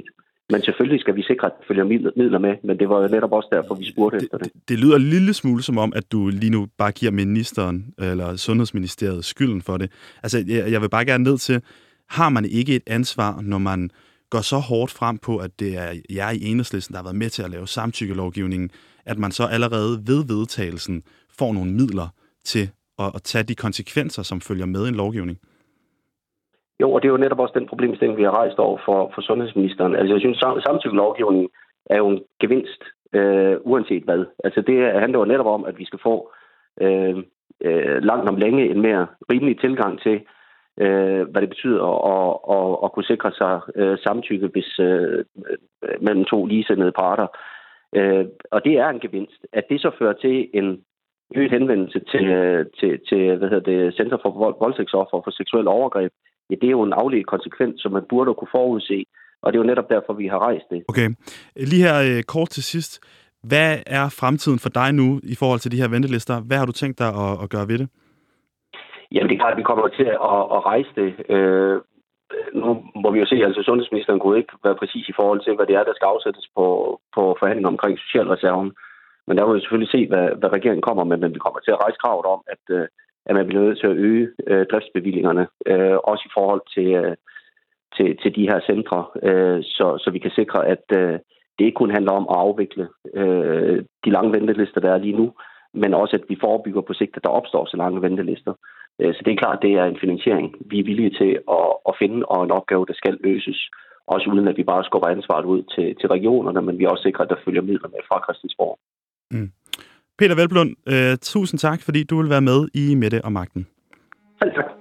Men selvfølgelig skal vi sikre, at der følger midler med, men det var jo netop også derfor, vi spurgte efter det. Det lyder en lille smule som om, at du lige nu bare giver ministeren eller Sundhedsministeriet skylden for det. Altså, jeg vil bare gerne ned til, har man ikke et ansvar, når man går så hårdt frem på, at det er jer i Enhedslisten, der har været med til at lave samtykkelovgivningen, at man så allerede ved vedtagelsen får nogle midler til at tage de konsekvenser, som følger med en lovgivning? Jo, og det er jo netop også den problemstilling, vi har rejst over for sundhedsministeren. Altså, jeg synes, samtykkelovgivningen er jo en gevinst, uanset hvad. Altså, det handler jo netop om, at vi skal få langt om længe en mere rimelig tilgang til, hvad det betyder at kunne sikre sig samtykke hvis mellem to ligesindede parter. Og det er en gevinst. At det så fører til en øget henvendelse til Center for Voldtægtsofre for seksuelle overgreb, ja, det er jo en afledt konsekvens, som man burde kunne forudse. Og det er jo netop derfor, vi har rejst det. Okay. Lige her kort til sidst. Hvad er fremtiden for dig nu i forhold til de her ventelister? Hvad har du tænkt dig at gøre ved det? Jamen, det er klart, at vi kommer til at rejse det. Nu må vi jo se, altså sundhedsministeren kunne ikke være præcis i forhold til, hvad det er, der skal afsættes på forhandlinger omkring socialreserven. Men der må vi selvfølgelig se, hvad regeringen kommer med, men vi kommer til at rejse kravet om, at man bliver nødt til at øge driftsbevillingerne, også i forhold til de her centre, så vi kan sikre, at det ikke kun handler om at afvikle de lange ventelister, der er lige nu, men også, at vi forebygger på sigt, at der opstår så lange ventelister. Så det er klart, at det er en finansiering, vi er villige til at finde, og en opgave, der skal løses. Også uden, at vi bare skubber ansvaret ud til regionerne, men vi også sikrer, at der følger midler med fra Christiansborg. Mm. Peter Hvelplund, tusind tak, fordi du vil være med i Mette og Magten. Selv tak.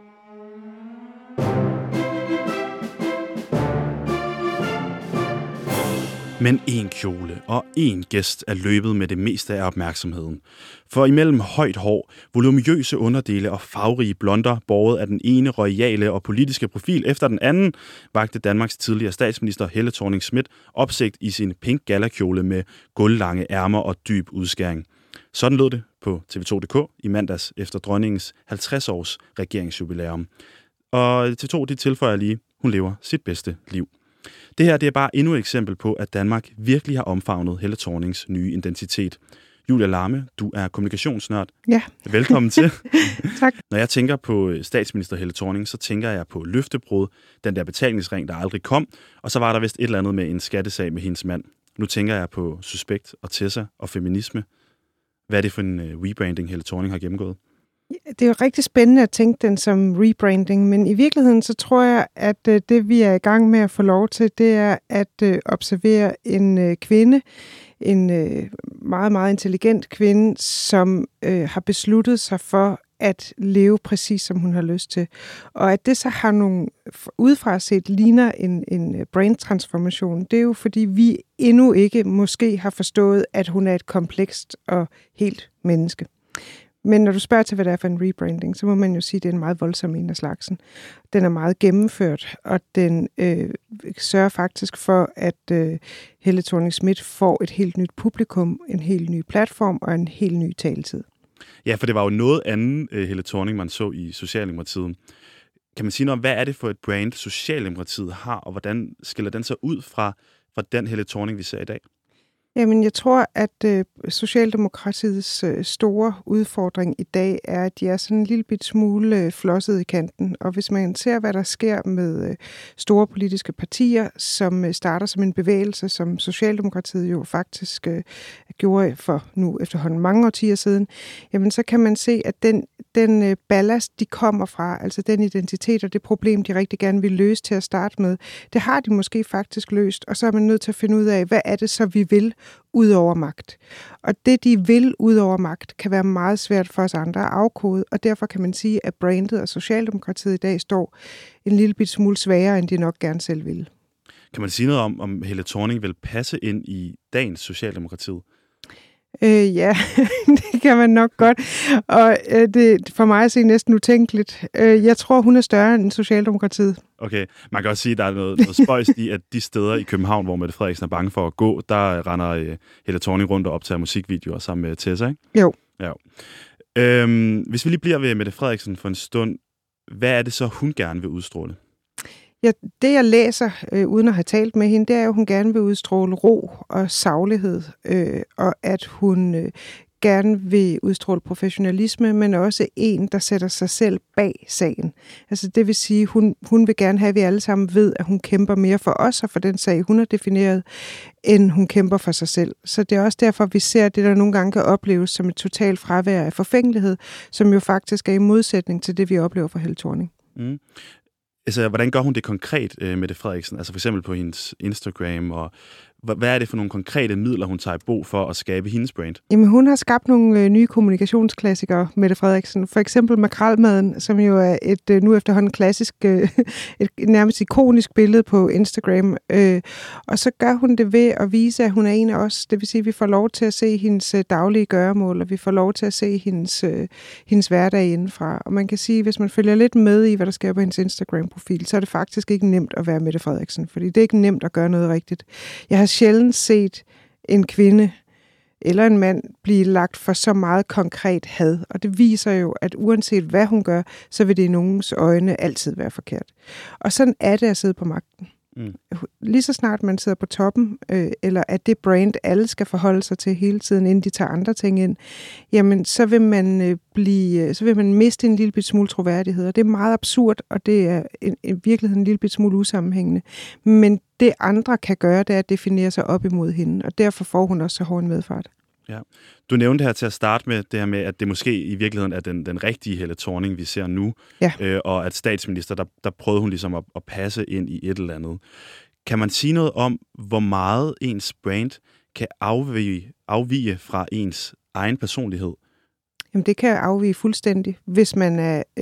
Men en kjole og en gæst er løbet med det meste af opmærksomheden. For imellem højt hår, voluminøse underdele og farverige blonder, båret af den ene royale og politiske profil efter den anden, vagte Danmarks tidligere statsminister Helle Thorning-Schmidt opsigt i sin pink galakjole med guldlange ærmer og dyb udskæring. Sådan lød det på TV2.dk i mandags efter dronningens 50-års regeringsjubilæum. Og TV2 de tilføjer lige, hun lever sit bedste liv. Det her det er bare endnu et eksempel på, at Danmark virkelig har omfavnet Helle Thornings nye identitet. Julia Larme, du er kommunikationsnørd. Ja. Velkommen til. Tak. Når jeg tænker på statsminister Helle Thorning, så tænker jeg på løftebrud, den der betalingsring, der aldrig kom, og så var der vist et eller andet med en skattesag med hendes mand. Nu tænker jeg på Suspekt og Tessa og feminisme. Hvad er det for en rebranding, Helle Thorning har gennemgået? Det er jo rigtig spændende at tænke den som rebranding, men i virkeligheden så tror jeg, at det vi er i gang med at få lov til, det er at observere en kvinde, en meget, meget intelligent kvinde, som har besluttet sig for at leve præcis som hun har lyst til. Og at det så har nogle udefra set ligner en brand-transformation, det er jo fordi vi endnu ikke måske har forstået, at hun er et komplekst og helt menneske. Men når du spørger til, hvad det er for en rebranding, så må man jo sige, at det er en meget voldsom en af slagsen. Den er meget gennemført, og den sørger faktisk for, at Helle Thorning-Schmidt får et helt nyt publikum, en helt ny platform og en helt ny taletid. Ja, for det var jo noget andet Helle Thorning, man så i Socialdemokratiet. Kan man sige noget om, hvad er det for et brand, Socialdemokratiet har, og hvordan skiller den så ud fra den Helle Thorning, vi ser i dag? Jamen, jeg tror, at Socialdemokratiets store udfordring i dag er, at de er sådan en lille bit smule flosset i kanten. Og hvis man ser, hvad der sker med store politiske partier, som starter som en bevægelse, som Socialdemokratiet jo faktisk gjorde for nu efterhånden mange årtier siden, jamen så kan man se, at den ballast, de kommer fra, altså den identitet og det problem, de rigtig gerne vil løse til at starte med, det har de måske faktisk løst, og så er man nødt til at finde ud af, hvad er det så, vi vil ud over magt. Og det, de vil ud over magt, kan være meget svært for os andre at afkode, og derfor kan man sige, at brandet og Socialdemokratiet i dag står en lille bit smule svagere, end de nok gerne selv ville. Kan man sige noget om Helle Thorning vil passe ind i dagens Socialdemokratiet? Ja, det kan man nok godt. Og det for mig at se næsten utænkeligt. Jeg tror, hun er større end Socialdemokratiet. Okay, man kan også sige, at der er noget spøjst i, at de steder i København, hvor Mette Frederiksen er bange for at gå, der render Helle Thorning rundt og optager musikvideoer sammen med Tessa, ikke? Jo. Ja. Hvis vi lige bliver ved Mette Frederiksen for en stund, hvad er det så, hun gerne vil udstråle? Det jeg læser, uden at have talt med hende, det er jo, at hun gerne vil udstråle ro og saglighed, og at hun gerne vil udstråle professionalisme, men også en, der sætter sig selv bag sagen. Altså det vil sige, hun vil gerne have, at vi alle sammen ved, at hun kæmper mere for os og for den sag, hun har defineret, end hun kæmper for sig selv. Så det er også derfor, vi ser det, der nogle gange kan opleves som et totalt fravær af forfængelighed, som jo faktisk er i modsætning til det, vi oplever for Helle Thorning. Mm. Altså, hvordan gør hun det konkret, Mette Frederiksen? Altså for eksempel på hendes Instagram, og hvad er det for nogle konkrete midler, hun tager i brug for at skabe hendes brand? Jamen, hun har skabt nogle nye kommunikationsklassikere, Mette Frederiksen. For eksempel makrelmaden, som jo er et nu efterhånden klassisk, et nærmest ikonisk billede på Instagram. Og så gør hun det ved at vise, at hun er en af os. Det vil sige, at vi får lov til at se hendes daglige gøremål, og vi får lov til at se hendes hverdag indenfra. Og man kan sige, at hvis man følger lidt med i, hvad der sker på hendes Instagram-profil, så er det faktisk ikke nemt at være Mette Frederiksen, fordi det er ikke nemt at gøre noget rigtigt. Jeg har sjældent set en kvinde eller en mand blive lagt for så meget konkret had. Og det viser jo, at uanset hvad hun gør, så vil det i nogens øjne altid være forkert. Og sådan er det at sidde på magten. Mm. Lige så snart man sidder på toppen, eller at det brand, alle skal forholde sig til hele tiden, inden de tager andre ting ind, jamen så vil man miste en lille smule troværdighed. Og det er meget absurd, og det er i virkeligheden en lille smule usammenhængende. Men det andre kan gøre, det er at definere sig op imod hende, og derfor får hun også så hård en medfart. Ja. Du nævnte her til at starte med det her med, at det måske i virkeligheden er den rigtige Helle Thorning, vi ser nu, og at statsminister, der prøvede hun ligesom at passe ind i et eller andet. Kan man sige noget om, hvor meget ens brand kan afvige fra ens egen personlighed? Jamen det kan afvige fuldstændig, hvis man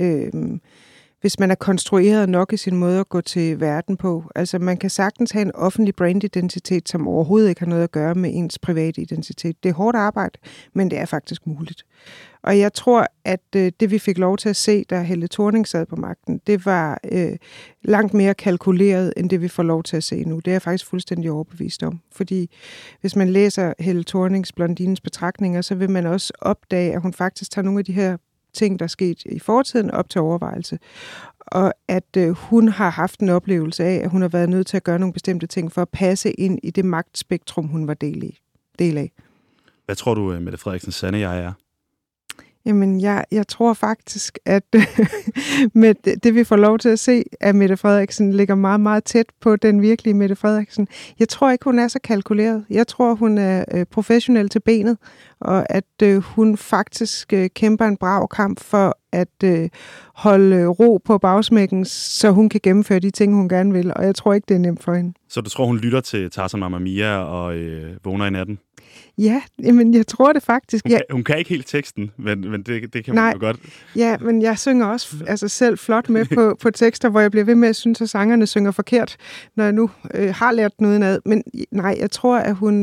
er konstrueret nok i sin måde at gå til verden på. Altså man kan sagtens have en offentlig brandidentitet, som overhovedet ikke har noget at gøre med ens private identitet. Det er hårdt arbejde, men det er faktisk muligt. Og jeg tror, at det vi fik lov til at se, da Helle Thorning sad på magten, det var langt mere kalkuleret, end det vi får lov til at se nu. Det er jeg faktisk fuldstændig overbevist om. Fordi hvis man læser Helle Thornings Blondinens betragtninger, så vil man også opdage, at hun faktisk tager nogle af de her ting, der er sket i fortiden, op til overvejelse. Og at hun har haft en oplevelse af, at hun har været nødt til at gøre nogle bestemte ting for at passe ind i det magtspektrum, hun var del af. Hvad tror du, Mette Frederiksen sande jeg er? Jamen, jeg tror faktisk, at med det, vi får lov til at se af Mette Frederiksen, ligger meget, meget tæt på den virkelige Mette Frederiksen. Jeg tror ikke, hun er så kalkuleret. Jeg tror, hun er professionel til benet, og at hun faktisk kæmper en brav kamp for at holde ro på bagsmækken, så hun kan gennemføre de ting, hun gerne vil. Og jeg tror ikke, det er nemt for hende. Så du tror, hun lytter til Tarzan Mamma Mia og vågner i natten? Ja, men jeg tror det faktisk. Hun kan ikke helt teksten, men det kan man jo godt. Ja, men jeg synger også selv flot med på tekster, hvor jeg bliver ved med at synes, at sangerne synger forkert, når jeg nu har lært den udenad. Men nej, jeg tror, at hun...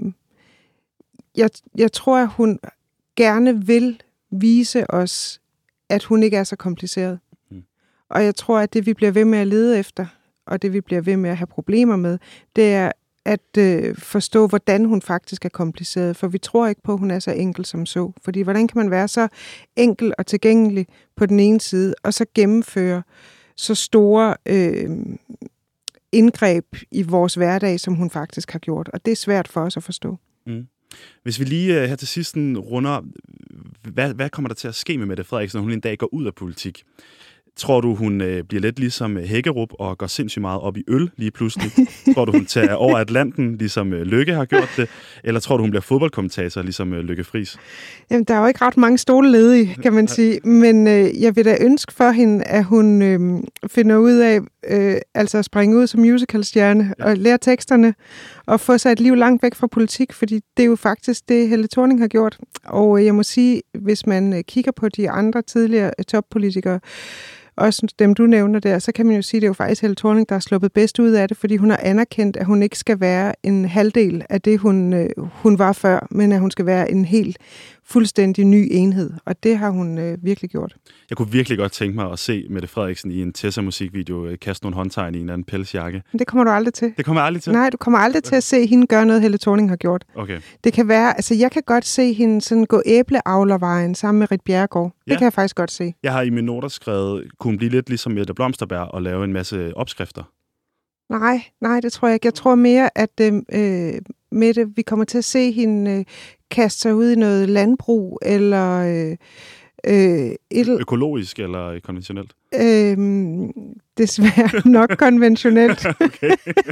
Jeg tror, at hun gerne vil vise os, at hun ikke er så kompliceret. Mm. Og jeg tror, at det, vi bliver ved med at lede efter, og det, vi bliver ved med at have problemer med, det er at forstå, hvordan hun faktisk er kompliceret. For vi tror ikke på, at hun er så enkel som så. Fordi hvordan kan man være så enkel og tilgængelig på den ene side, og så gennemføre så store indgreb i vores hverdag, som hun faktisk har gjort. Og det er svært for os at forstå. Mm. Hvis vi lige her til sidst runder, hvad kommer der til at ske med Mette Frederiksen, når hun en dag går ud af politik? Tror du, hun bliver lidt ligesom Hækkerup og går sindssygt meget op i øl lige pludselig? Tror du, hun tager over Atlanten, ligesom Løkke har gjort det? Eller tror du, hun bliver fodboldkommentator, ligesom Lykke Friis? Jamen, der er jo ikke ret mange stole ledige, kan man sige. Men jeg vil da ønske for hende, at hun finder ud af altså at springe ud som musicalstjerne og lære teksterne og få sig et liv langt væk fra politik, fordi det er jo faktisk det, Helle Thorning har gjort. Og jeg må sige, hvis man kigger på de andre tidligere toppolitikere, også dem, du nævner der, så kan man jo sige, at det er jo faktisk Helle Thorning, der er sluppet bedst ud af det, fordi hun har anerkendt, at hun ikke skal være en halvdel af det, hun var før, men at hun skal være en helt fuldstændig ny enhed, og det har hun virkelig gjort. Jeg kunne virkelig godt tænke mig at se Mette Frederiksen i en Tessa-musikvideo kaste nogle håndtegn i en anden pelsjakke. Men det kommer du aldrig til. Det kommer jeg aldrig til? Nej, du kommer aldrig til at se hende gøre noget, Helle Thorning har gjort. Okay. Det kan være, altså jeg kan godt se hende sådan gå æbleavlervejen sammen med Ritt Bjerregaard. Det kan jeg faktisk godt se. Jeg har i mine noter skrevet, kunne blive lidt ligesom Mette Blomsterberg og lave en masse opskrifter. Nej, det tror jeg ikke. Jeg tror mere, at Mette, vi kommer til at se hende kaste sig ud i noget landbrug, eller økologisk eller konventionelt? Desværre nok konventionelt. Okay.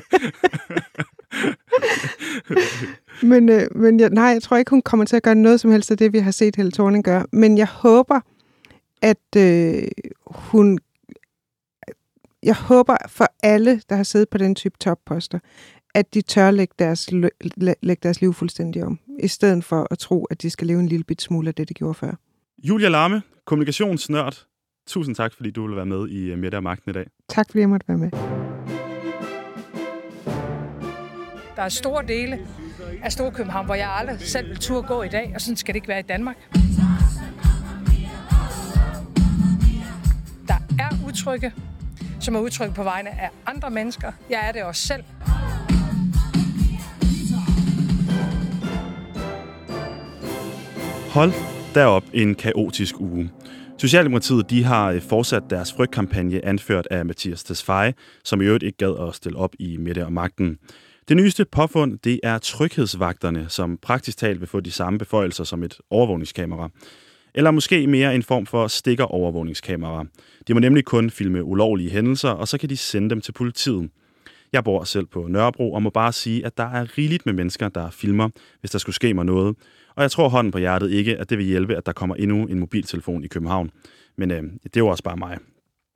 men jeg tror ikke, hun kommer til at gøre noget som helst af det, vi har set Helle Thorning gøre. Men jeg håber, at jeg håber for alle, der har siddet på den type topposter, at de tør lægge deres liv fuldstændig om, i stedet for at tro, at de skal leve en lille bit smule af det, de gjorde før. Julia Larme, kommunikationsnørd. Tusind tak, fordi du ville være med i Mette og Magten i dag. Tak, fordi jeg måtte være med. Der er store dele af Storkøbenhavn, hvor jeg aldrig selv vil turde gå i dag, og sådan skal det ikke være i Danmark. Der er udtrykke, som er udtryk på vegne af andre mennesker. Jeg er det også selv. Hold derop en kaotisk uge. Socialdemokratiet de har fortsat deres frygtkampagne anført af Mattias Tesfaye, som i øvrigt ikke gad at stille op i Mette og Magten. Det nyeste påfund, det er tryghedsvagterne, som praktisk talt vil få de samme beføjelser som et overvågningskamera. Eller måske mere en form for stikker-overvågningskamera. De må nemlig kun filme ulovlige hændelser, og så kan de sende dem til politiet. Jeg bor selv på Nørrebro og må bare sige, at der er rigeligt med mennesker, der filmer, hvis der skulle ske mig noget. Og jeg tror hånden på hjertet ikke, at det vil hjælpe, at der kommer endnu en mobiltelefon i København. Men det er jo også bare mig.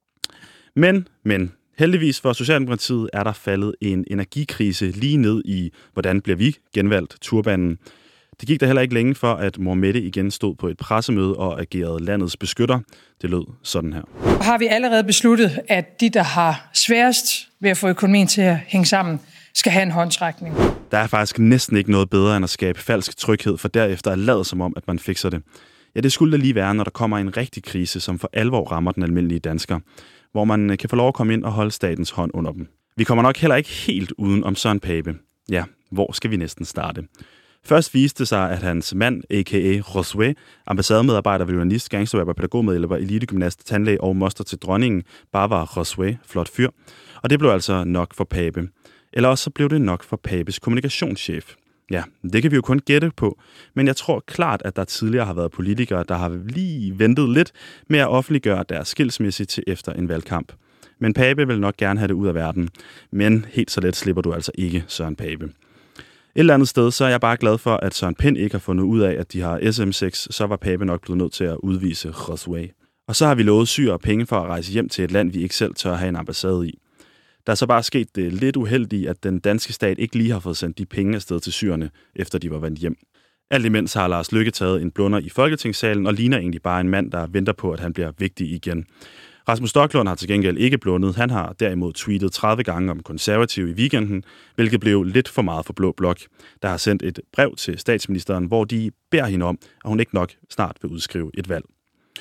Men heldigvis for Socialdemokratiet er der faldet en energikrise lige ned i, hvordan bliver vi genvalgt, turbanen. Det gik der heller ikke længe for, at Mor Mette igen stod på et pressemøde og agerede landets beskytter. Det lød sådan her. Har vi allerede besluttet, at de, der har sværest ved at få økonomien til at hænge sammen, skal have en håndsrækning. Der er faktisk næsten ikke noget bedre end at skabe falsk tryghed, for derefter at lade som om, at man fikser det. Ja, det skulle da lige være, når der kommer en rigtig krise, som for alvor rammer den almindelige dansker, hvor man kan få lov at komme ind og holde statens hånd under dem. Vi kommer nok heller ikke helt uden om Søren Pape. Ja, hvor skal vi næsten starte? Først viste det sig, at hans mand, a.k.a. Josué, ambassademedarbejder, violinist, gangsterrapper, pædagogmedhjælper, elitegymnast, tandlæge og moster til dronningen, bare var Josué, flot fyr. Og det blev altså nok for Pape. Eller også så blev det nok for Papes kommunikationschef. Ja, det kan vi jo kun gætte på, men jeg tror klart, at der tidligere har været politikere, der har lige ventet lidt med at offentliggøre deres skilsmisse til efter en valgkamp. Men Pape vil nok gerne have det ud af verden. Men helt så let slipper du altså ikke, Søren Pape. Et eller andet sted, så er jeg bare glad for, at Søren Pind ikke har fundet ud af, at de har SM6, så var Pape nok blevet nødt til at udvise Josué. Og så har vi lovet syrere penge for at rejse hjem til et land, vi ikke selv tør have en ambassade i. Der er så bare sket det lidt uheldige, at den danske stat ikke lige har fået sendt de penge afsted til syrerne, efter de var vendt hjem. Alt imens har Lars Løkke taget en blunder i Folketingssalen og ligner egentlig bare en mand, der venter på, at han bliver vigtig igen. Rasmus Stoklund har til gengæld ikke blundet. Han har derimod tweetet 30 gange om konservativ i weekenden, hvilket blev lidt for meget for Blå Blok, der har sendt et brev til statsministeren, hvor de beder hende om, at hun ikke nok snart vil udskrive et valg.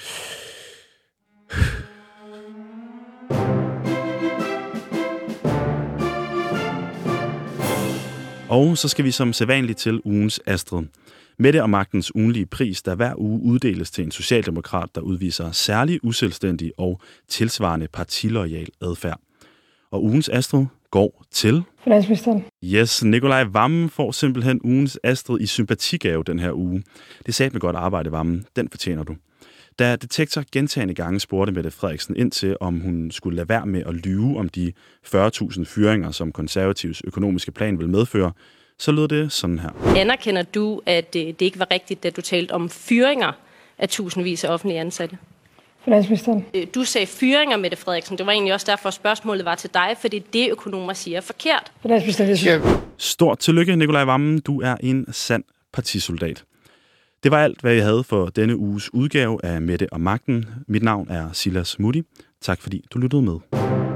Og så skal vi som sædvanligt til ugens Astrid. Mette og Magtens ugenlige pris, der hver uge uddeles til en socialdemokrat, der udviser særlig uselvstændig og tilsvarende partiloyal adfærd. Og ugens Astrid går til... Finansministeren. Yes, Nikolaj Wammen får simpelthen ugens Astrid i sympatigave den her uge. Det sagde med godt arbejde, Wammen. Den fortjener du. Da Detektor gentagne gange spurgte Mette Frederiksen ind til, om hun skulle lade være med at lyve om de 40.000 fyringer, som konservativs økonomiske plan vil medføre, så lød det sådan her. Anerkender du, at det ikke var rigtigt, da du talte om fyringer af tusindvis af offentlige ansatte? Finansministeren. Du sagde fyringer, Mette Frederiksen. Det var egentlig også derfor, spørgsmålet var til dig, fordi det økonomer siger forkert. Finansministeren. Stort tillykke, Nikolaj Wammen. Du er en sand partisoldat. Det var alt, hvad jeg havde for denne uges udgave af Mette og Magten. Mit navn er Silas Mutti. Tak fordi du lyttede med.